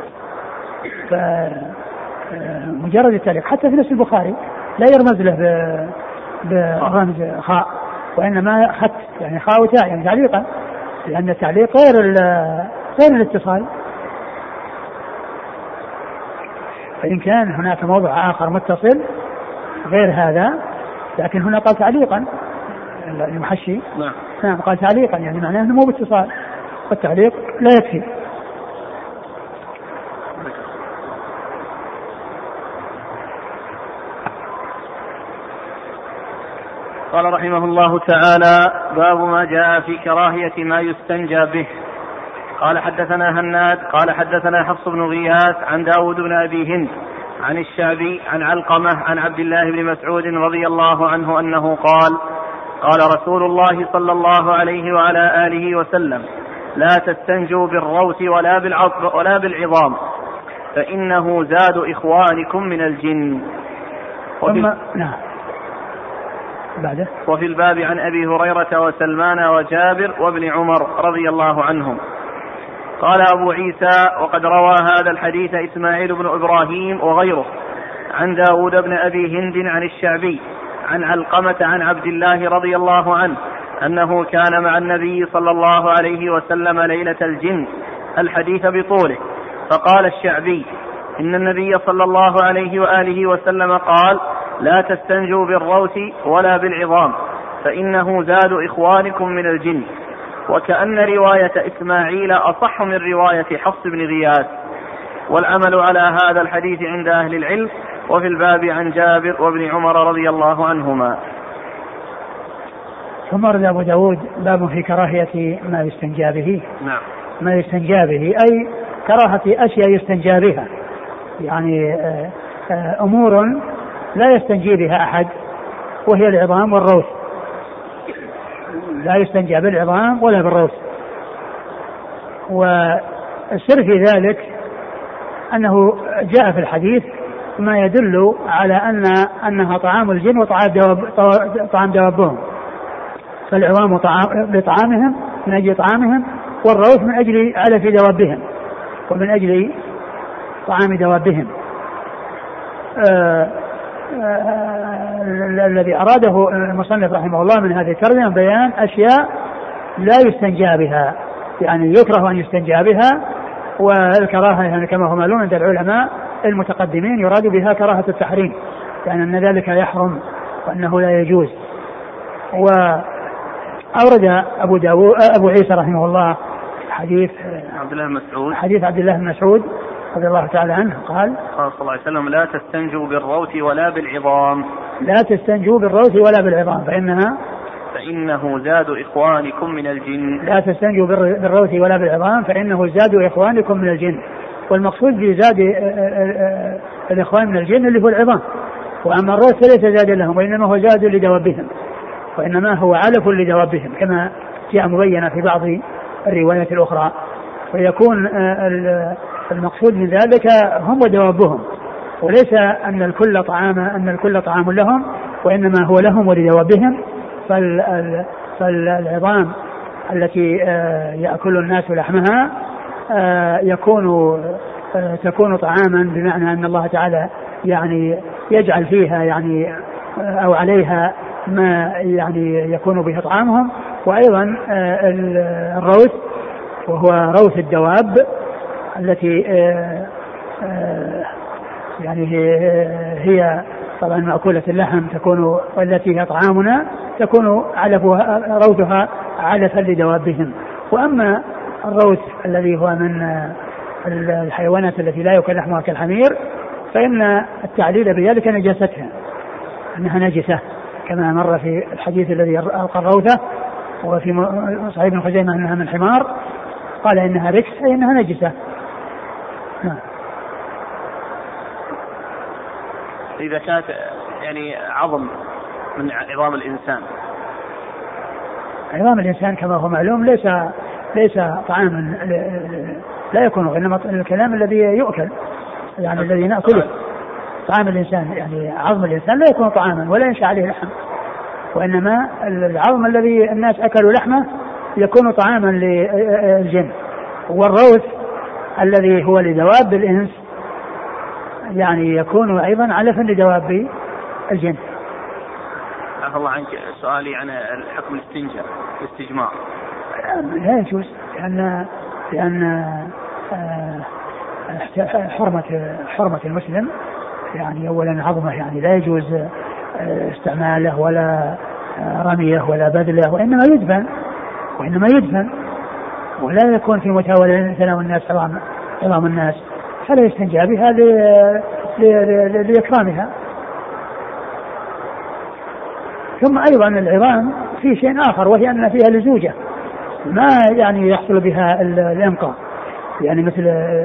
فمجرد التعليق حتى في نفس البخاري لا يرمز له برمز خاء، وإنما خط يعني خاء وتاء يعني تعليقا، لأن التعليق غير الاتصال. فإن كان هناك موضع آخر متصل غير هذا، لكن هنا قال تعليقا المحشي نعم قال تعليقا يعني معناه أنه مو باتصال، والتعليق لا يكفي. قال رحمه الله تعالى: باب ما جاء في كراهية ما يستنجى به. قال حدثنا هناد قال حدثنا حفص بن غياث عن داود بن أبي هند عن الشعبي عن علقمة عن عبد الله بن مسعود رضي الله عنه أنه قال: قال رسول الله صلى الله عليه وعلى آله وسلم: لا تستنجوا بالروث ولا بالعظام فإنه زاد إخوانكم من الجن. وفي الباب عن أبي هريرة وسلمان وجابر وابن عمر رضي الله عنهم. قال أبو عيسى: وقد روى هذا الحديث إسماعيل بن إبراهيم وغيره عن داود بن أبي هند عن الشعبي عن علقمة عن عبد الله رضي الله عنه أنه كان مع النبي صلى الله عليه وسلم ليلة الجن الحديث بطوله. فقال الشعبي: إن النبي صلى الله عليه وآله وسلم قال: لا تستنجوا بالروث ولا بالعظام فإنه زاد إخوانكم من الجن. وكأن رواية إسماعيل أصح من رواية حفص بن غياث، والعمل على هذا الحديث عند أهل العلم. وفي الباب عن جابر وابن عمر رضي الله عنهما. ثم ورد أبو داود باب في كراهية ما يستنجى به. نعم. ما يستنجى به أي كراهة أشياء يستنجى بها، يعني أمور لا يستنجي بها أحد، وهي العظام والروث. لا يستنجى بالعظام ولا بالروث. والسر في ذلك أنه جاء في الحديث ما يدل على أنها طعام الجن وطعام دوابهم. فالعظام لطعامهم من أجل طعامهم، والروث من أجل علف دوابهم ومن أجل طعام دوابهم. الذي أراده المصنف رحمه الله من هذه الترجمة بيان أشياء لا يستنجى بها، يعني يكره أن يستنجى بها. والكراهة يعني كما هو معلوم عند العلماء المتقدمين يراد بها كراهة التحريم، يعني أن ذلك يحرم وأنه لا يجوز. وأورد أبو عيسى رحمه الله حديث عبد الله بن مسعود رضي الله تعالى عنه قال صلى الله عليه وسلم: لا تستنجوا بالروث ولا بالعظام. لا تستنجوا بالروث ولا بالعظام فإنه زاد إخوانكم من الجن. لا تستنجوا بالروث ولا بالعظام فإنه زاد إخوانكم من الجن. والمقصود بزاد الإخوان من الجن اللي هو العظام، وأما الروث فليس زاد لهم، وإنما هو زاد لدوابهم، وإنما هو علف لدوابهم كما جاء مبينا في بعض الروايات الأخرى. ويكون المقصود من ذلك هم ودوابهم، وليس أن الكل طعام لهم، وإنما هو لهم ولدوابهم. فالعظام التي يأكل الناس لحمها تكون طعاما، بمعنى أن الله تعالى يعني يجعل فيها يعني أو عليها ما يعني يكون به طعامهم. وأيضا الروث وهو روث الدواب التي يعني هي طبعا مأكولة اللحم تكون، والتي هي طعامنا تكون روثها علفا لدوابهم. وأما الروث الذي هو من الحيوانات التي لا يؤكل لحمها كالحمير فإن التعليل بذلك نجاستها، أنها نجسة كما مر في الحديث الذي ألقى الروثة، وفي صحيح ابن خزيمة أنها من حمار، قال إنها ركس أي إنها نجسة. إذا كانت يعني عظم من عظام الإنسان، عظام الإنسان كما هو معلوم ليس طعاما لا يكون، إنما الكلام الذي يؤكل يعني الذي نأكله طعام الإنسان، يعني عظم الإنسان لا يكون طعاما ولا ينشأ عليه لحم، وإنما العظم الذي الناس أكلوا لحمه يكون طعاما للجن، والروث الذي هو لدواب الإنس يعني يكون أيضا علفا لدواب الجن. عفى الله عنك، سؤالي عن حكم الاستجمار. لا يجوز، لأن حرمة المسلم يعني أولا عظمه، يعني لا يجوز استعماله ولا رميه ولا بذله، وإنما يدفن ولا يكون في متاول ثناء الناس عظام الناس، فلا يستنجى بها لإكرامها. ثم أيضا العظام في شيء آخر، وهي أن فيها لزوجة ما يعني يحصل بها الإنقاء، يعني مثل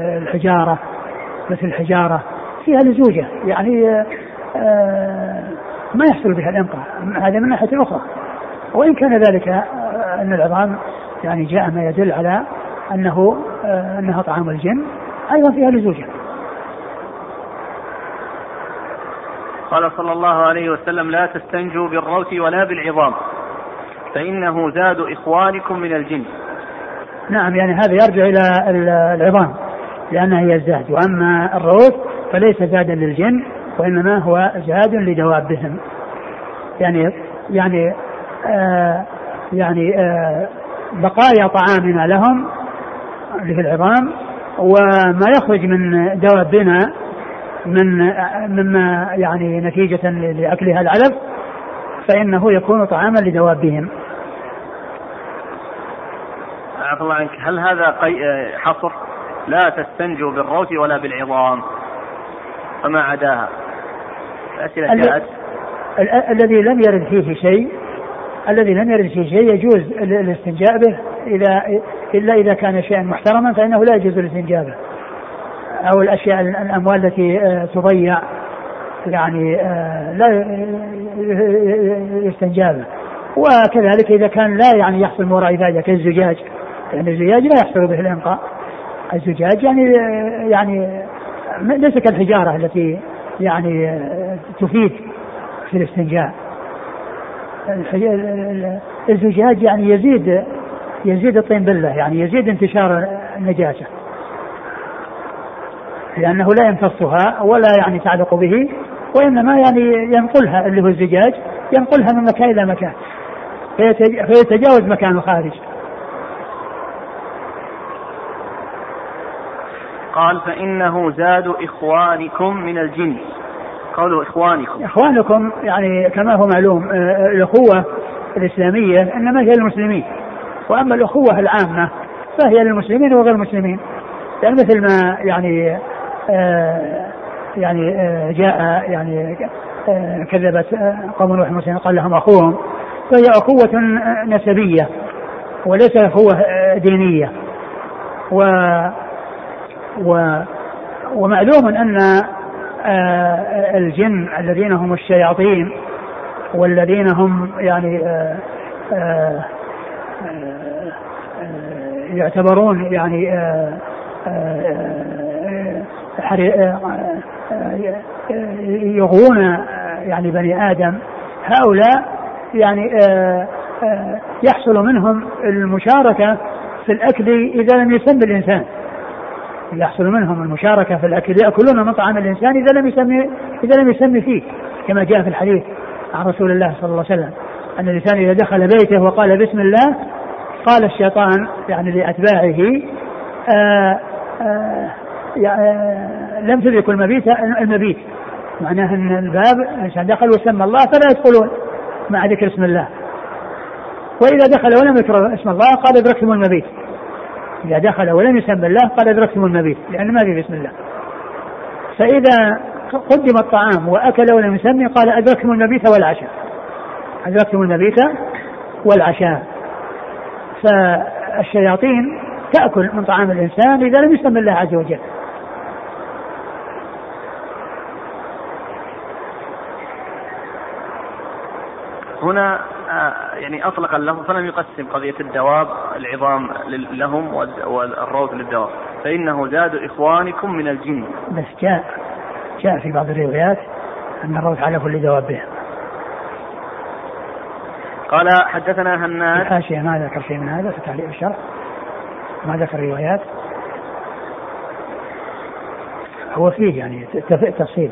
الحجارة فيها لزوجة يعني ما يحصل بها الإنقاء، هذا من ناحية أخرى. وإن كان ذلك أن العظام يعني جاء ما يدل على أنها طعام الجن، أيضا فيها لزوجة. قال صلى الله عليه وسلم: لا تستنجوا بالروث ولا بالعظام فإنه زاد إخوانكم من الجن. نعم، يعني هذا يرجع إلى العظام لأنها هي الزاد، وأما الروث فليس زادا للجن وإنما هو زاد لدوابهم، يعني بقايا طعامنا لهم اللي في العظام، وما يخرج من دوابنا مما يعني نتيجة لأكلها العلف فإنه يكون طعاما لدوابهم. عفى الله عنك، هل هذا حصر لا تستنجوا بالروث ولا بالعظام فما عداها؟ الأسئلة جاءت. الذي لم يرد فيه شيء يجوز الاستنجاء به إلا إذا كان شيئا محترما فإنه لا يجوز الاستنجاء به، أو الأشياء الأموال التي تضيع يعني لا يستنجاء به. وكذلك إذا كان لا يعني يحصل وراء ذلك كالزجاج، يعني الزجاج لا يحصل به الإنقاء. الزجاج يعني ليس كالحجارة التي يعني تفيد في الاستنجاء. الزجاج يعني يزيد الطين بالله، يعني يزيد انتشار النجاسة، لأنه لا يمتصها ولا يعني تعلق به، وإنما يعني ينقلها، اللي هو الزجاج ينقلها من مكان إلى مكان فيتجاوز مكان خارج. قال: فإنه زاد إخوانكم من الجن. قولوا إخوانكم يعني كما هو معلوم الأخوة الإسلامية إنما هي للمسلمين، وأما الأخوة العامة فهي للمسلمين وغير المسلمين، يعني مثل ما جاء يعني كذبت قوم نوح المسلمين قال لهم أخوهم، فهي أخوة نسبية وليس أخوة دينية. ومعلوم أن الجن الذين هم الشياطين والذين هم يعني يعتبرون يعني يغوون يعني بني آدم، هؤلاء يعني يحصل منهم المشاركة في الأكل إذا لم يسم الإنسان، يحصل منهم المشاركة في الأكل، يأكلون من طعام الإنسان إذا لم يسمي فيه، كما جاء في الحديث عن رسول الله صلى الله عليه وسلم أن الإنسان إذا دخل بيته وقال بسم الله قال الشيطان يعني لأتباعه لم تدركوا المبيت، معناه أن الباب الإنسان دخل وسمى الله فلا يدخلون مع ذكر اسم الله، وإذا دخل ولم يذكر اسم الله قال أدركتم المبيت، إذا دخل ولم يسمى الله قال أدركتم المبيت لأن ما في بسم الله. فإذا قدم الطعام وأكل ولم يسمي قال أدركتم المبيت والعشاء، أدركتم المبيت والعشاء. فالشياطين تأكل من طعام الإنسان إذا لم يسمى الله عز وجل. هنا يعني أطلق اللفظ فلم يقسم قضية الدواب العظام لهم والروث للدواب، فإنه زاد إخوانكم من الجن. بس جاء في بعض الروايات أن الروث علف لدوابهم. قال حدثنا هناد. الحاشية ما ذكر شيء من هذا في تعليق الشرح، ما ذكر روايات، هو فيه يعني تفصيل.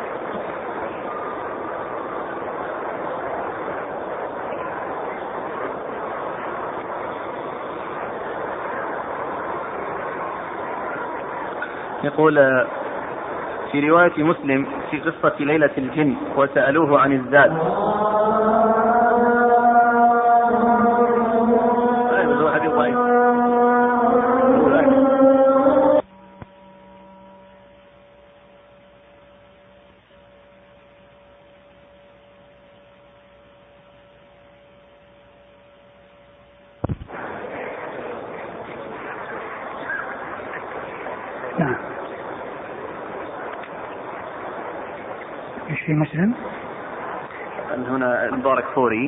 يقول في رواية مسلم في قصة ليلة الجن وسألوه عن الزاد. في مسلم هنا المبارك فوري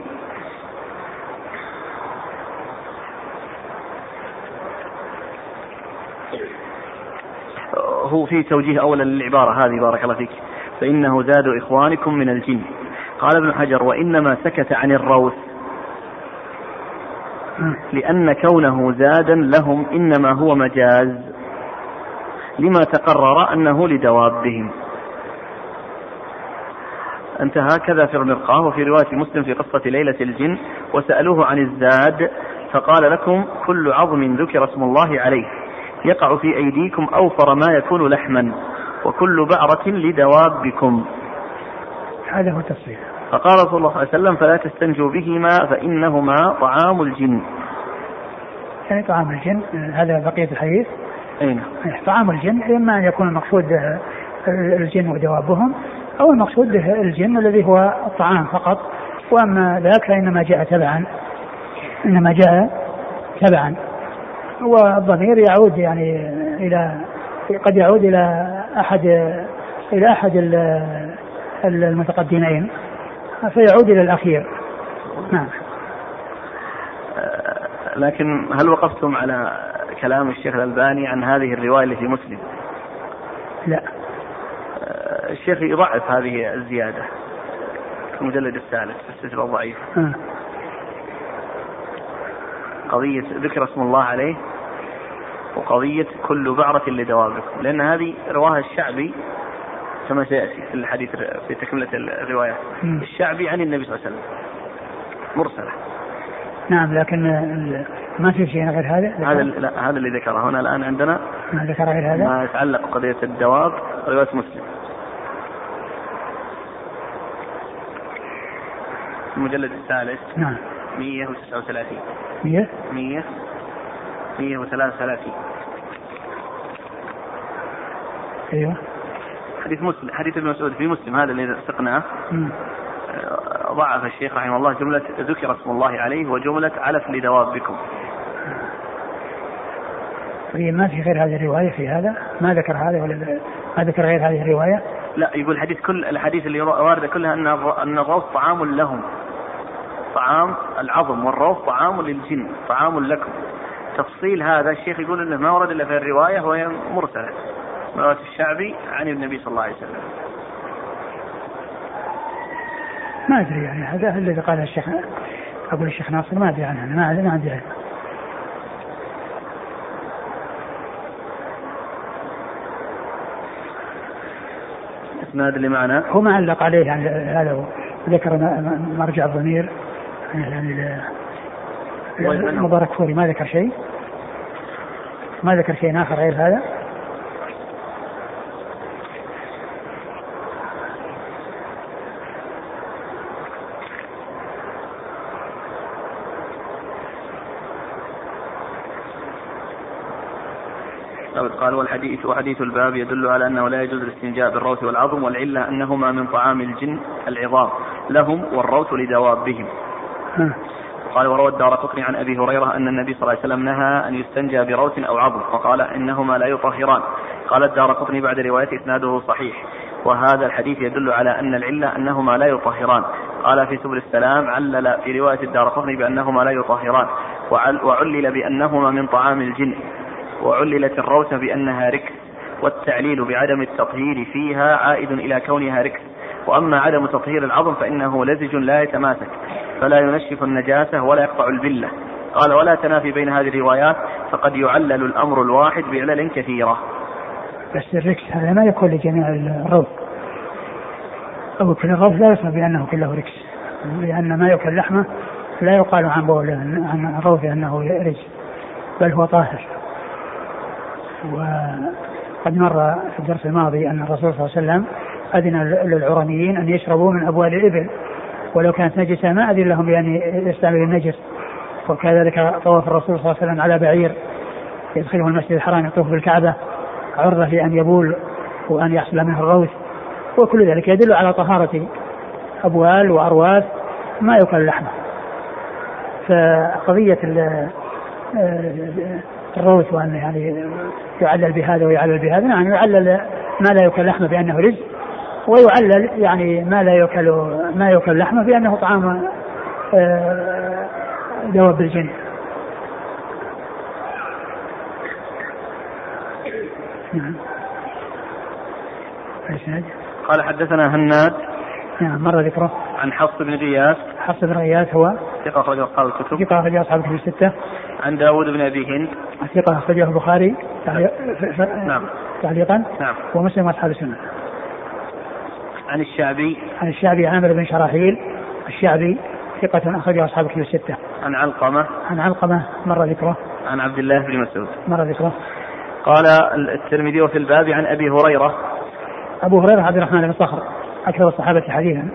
هو في توجيه أولا للعبارة هذه بارك الله فيك، فإنه زاد إخوانكم من الجن. قال ابن حجر وإنما سكت عن الروث لأن كونه زادا لهم إنما هو مجاز لما تقرر أنه لدوابهم. انتهى. كذا في المرقاه. وفي رواية مسلم في قصة ليلة الجن وسألوه عن الزاد فقال لكم كل عظم ذكر اسم الله عليه يقع في أيديكم أوفر ما يكون لحما وكل بعرة لدوابكم. هذا هو التفصيل. فقال صلى الله عليه وسلم فلا تستنجوا بهما فإنهما طعام الجن. يعني طعام الجن هذا بقية الحديث. أين؟ طعام الجن إما أن يكون المقصود الجن ودوابهم أو المقصود به الجن الذي هو الطعام فقط، وأما ذاك فإنما جاء تبعا، إنما جاء تبعا. والضمير يعود يعني إلى قد يعود إلى أحد المتقدمين فيعود إلى الأخير. نعم. لكن هل وقفتم على كلام الشيخ الألباني عن هذه الرواية اللي في مسلم؟ لا. الشيخ يضعف هذه الزيادة في المجلد الثالث في السلسلة الضعيفة. قضية ذكر اسم الله عليه وقضية كل بعرة لدوابكم، لأن هذه رواها الشعبي كما سيأتي في الحديث في تكملة الرواية. الشعبي عن النبي صلى الله عليه وسلم مرسلة. نعم. لكن ما في شيء غير هذا. هذا اللي ذكره هنا الآن عندنا. ما ذكر غير هذا. ما يتعلق قضية الدواب رواية مسلم المجلد الثالث. نعم. 139. 133. ايوه. حديث مسلم، حديث ابن مسعود في مسلم هذا اللي سقناه. ضعف الشيخ رحمه الله جملة ذكر اسم الله عليه وجملة علف لدوابكم. ما في غير هذه الرواية في هذا، ما ذكر هذا ولا ما ذكر غير هذه الرواية. لا، يقول حديث كل الحديث اللي واردة كلها أن الروث طعام لهم، طعام العظم، والروث طعام للجن، طعام لكم. تفصيل هذا الشيخ يقول انه ما ورد الا في الرواية وهي مرسلة رواية الشعبي عن النبي صلى الله عليه وسلم. ما ادري يعني هذا الذي قاله الشيخ، اقول الشيخ ناصر ما ادري عنه، ما عندي علم. الاسناد اللي معنا هو ما علق عليه يعني هذا ذكر مرجع الضمير يعني المبارك فوري ما ذكر شيء، ما ذكر شيء آخر غير هذا. قال وحديث الباب يدل على أنه لا يجوز الاستنجاء بالروث والعظم، والعلة أنهما من طعام الجن العظام لهم والروث لدوابهم. قال وروى الدارقطني عن أبي هريرة أن النبي صلى الله عليه وسلم نهى أن يستنجى بروث أو عظم وقال إنهما لا يطهران. قال الدارقطني بعد رواية إسناده صحيح، وهذا الحديث يدل على أن العلة أنهما لا يطهران. قال في سبل السلام علل في رواية الدارقطني بأنهما لا يطهران، وعلل بأنهما من طعام الجن، وعللت الروث بأنها ركس، والتعليل بعدم التطهير فيها عائد إلى كونها ركس، وأما عدم تطهير العظم فإنه لزج لا يتماسك. فلا ينشف النجاسة ولا يقطع البلة. قال ولا تنافي بين هذه الروايات فقد يعلل الأمر الواحد بعلل كثيرة. بس الركس هذا ما يكون لجميع الروث أو كل الروث لا يصنع بأنه كله ركس، لأن ما يأكل لحمه لا يقال عن بول عن الروث أنه ركس بل هو طاهر. وقد مر في الدرس الماضي أن الرسول صلى الله عليه وسلم أذن للعرنيين أن يشربوا من أبوال الإبل ولو كانت نجسة ما أذن لهم بأن يستعملوا النجس. وكذلك طواف الرسول صلى الله عليه وسلم على بعير يدخله المسجد الحرام يطوف بالكعبة عرضة لأن يبول وأن يحصل منه الروث، وكل ذلك يدل على طهارة أبوال وأرواث ما يأكل لحمه. فقضية الروث وأن يعني يعلل بهذا ويعلل بهذا، يعني يعلل ما لا يأكل لحمه بأنه رزق، ويعلل يعني ما يأكل لحمه بأنه طعام دواب الجن. قال حدثنا هناد مر ذكره عن حفص بن غياث. حفص بن غياث هو ثقة أخرجه أصحاب الكتب. ثقة أخرجه أصحاب الكتب الستة. عن داود بن أبي هند. ثقة أخرجه البخاري نعم تعليقا. نعم. ومسلم وأصحاب السنة. عن الشعبي. عن الشعبي عامر بن شراحيل الشعبي ثقة أخرجه أصحاب الكتب الستة. عن علقمة. عن علقمة مر ذكره. عن عبد الله بن مسعود مر ذكره. قال الترمذي في الباب عن أبي هريرة. أبو هريرة عبد الرحمن بن صخر أكثر الصحابة حديثا.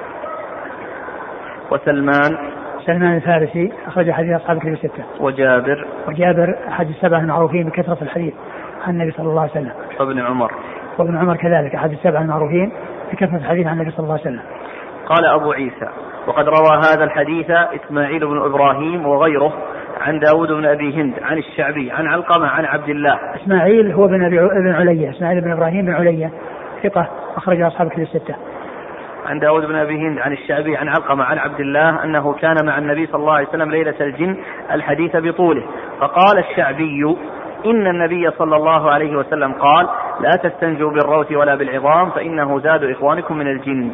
وسلمان الفارسي أخرج حديث أصحاب الكتب الستة. وجابر أحد السبعة المعروفين بكثرة الحديث عن النبي صلى الله عليه وسلم. وابن عمر كذلك أحد السبعة المعروفين بكثرة الحديث عن النبي صلى الله عليه وسلم. قال أبو عيسى وقد روى هذا الحديث إسماعيل بن إبراهيم وغيره عن داود بن أبي هند عن الشعبي عن علقمة عن عبد الله. إسماعيل هو بن علية، إسماعيل بن إبراهيم بن علية ثقة أخرج أصحاب الكتب الستة. عن داود بن أبي هند عن الشعبي عن علقمة عن عبد الله أنه كان مع النبي صلى الله عليه وسلم ليلة الجن الحديث بطوله، فقال الشعبي إن النبي صلى الله عليه وسلم قال لا تستنجوا بالروث ولا بالعظام فإنه زاد إخوانكم من الجن.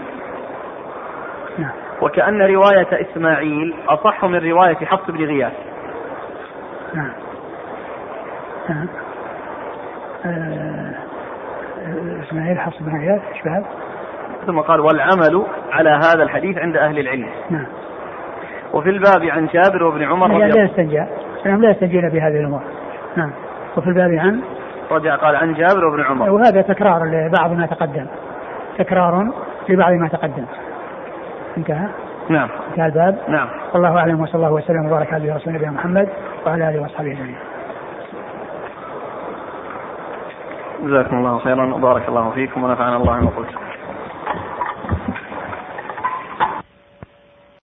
وكأن رواية إسماعيل أصح من رواية حفص بن غياث. إسماعيل حفص بن غياث إشباه. ثم قال والعمل على هذا الحديث عند أهل العلم. وفي الباب عن جابر وابن عمر لا يستنجون بهذه الأمور. وفي الباب عن قال عن جابر وابن عمر. وهذا تكرار لبعض ما تقدم، تكرار لبعض ما تقدم. انتهى الباب. والله أعلم وصلى الله وسلم وبارك على رسول نبينا محمد وعلى آله وصحبه أجمعين. جزاكم الله خيرا وبارك الله فيكم ونفعنا الله بما قلتم.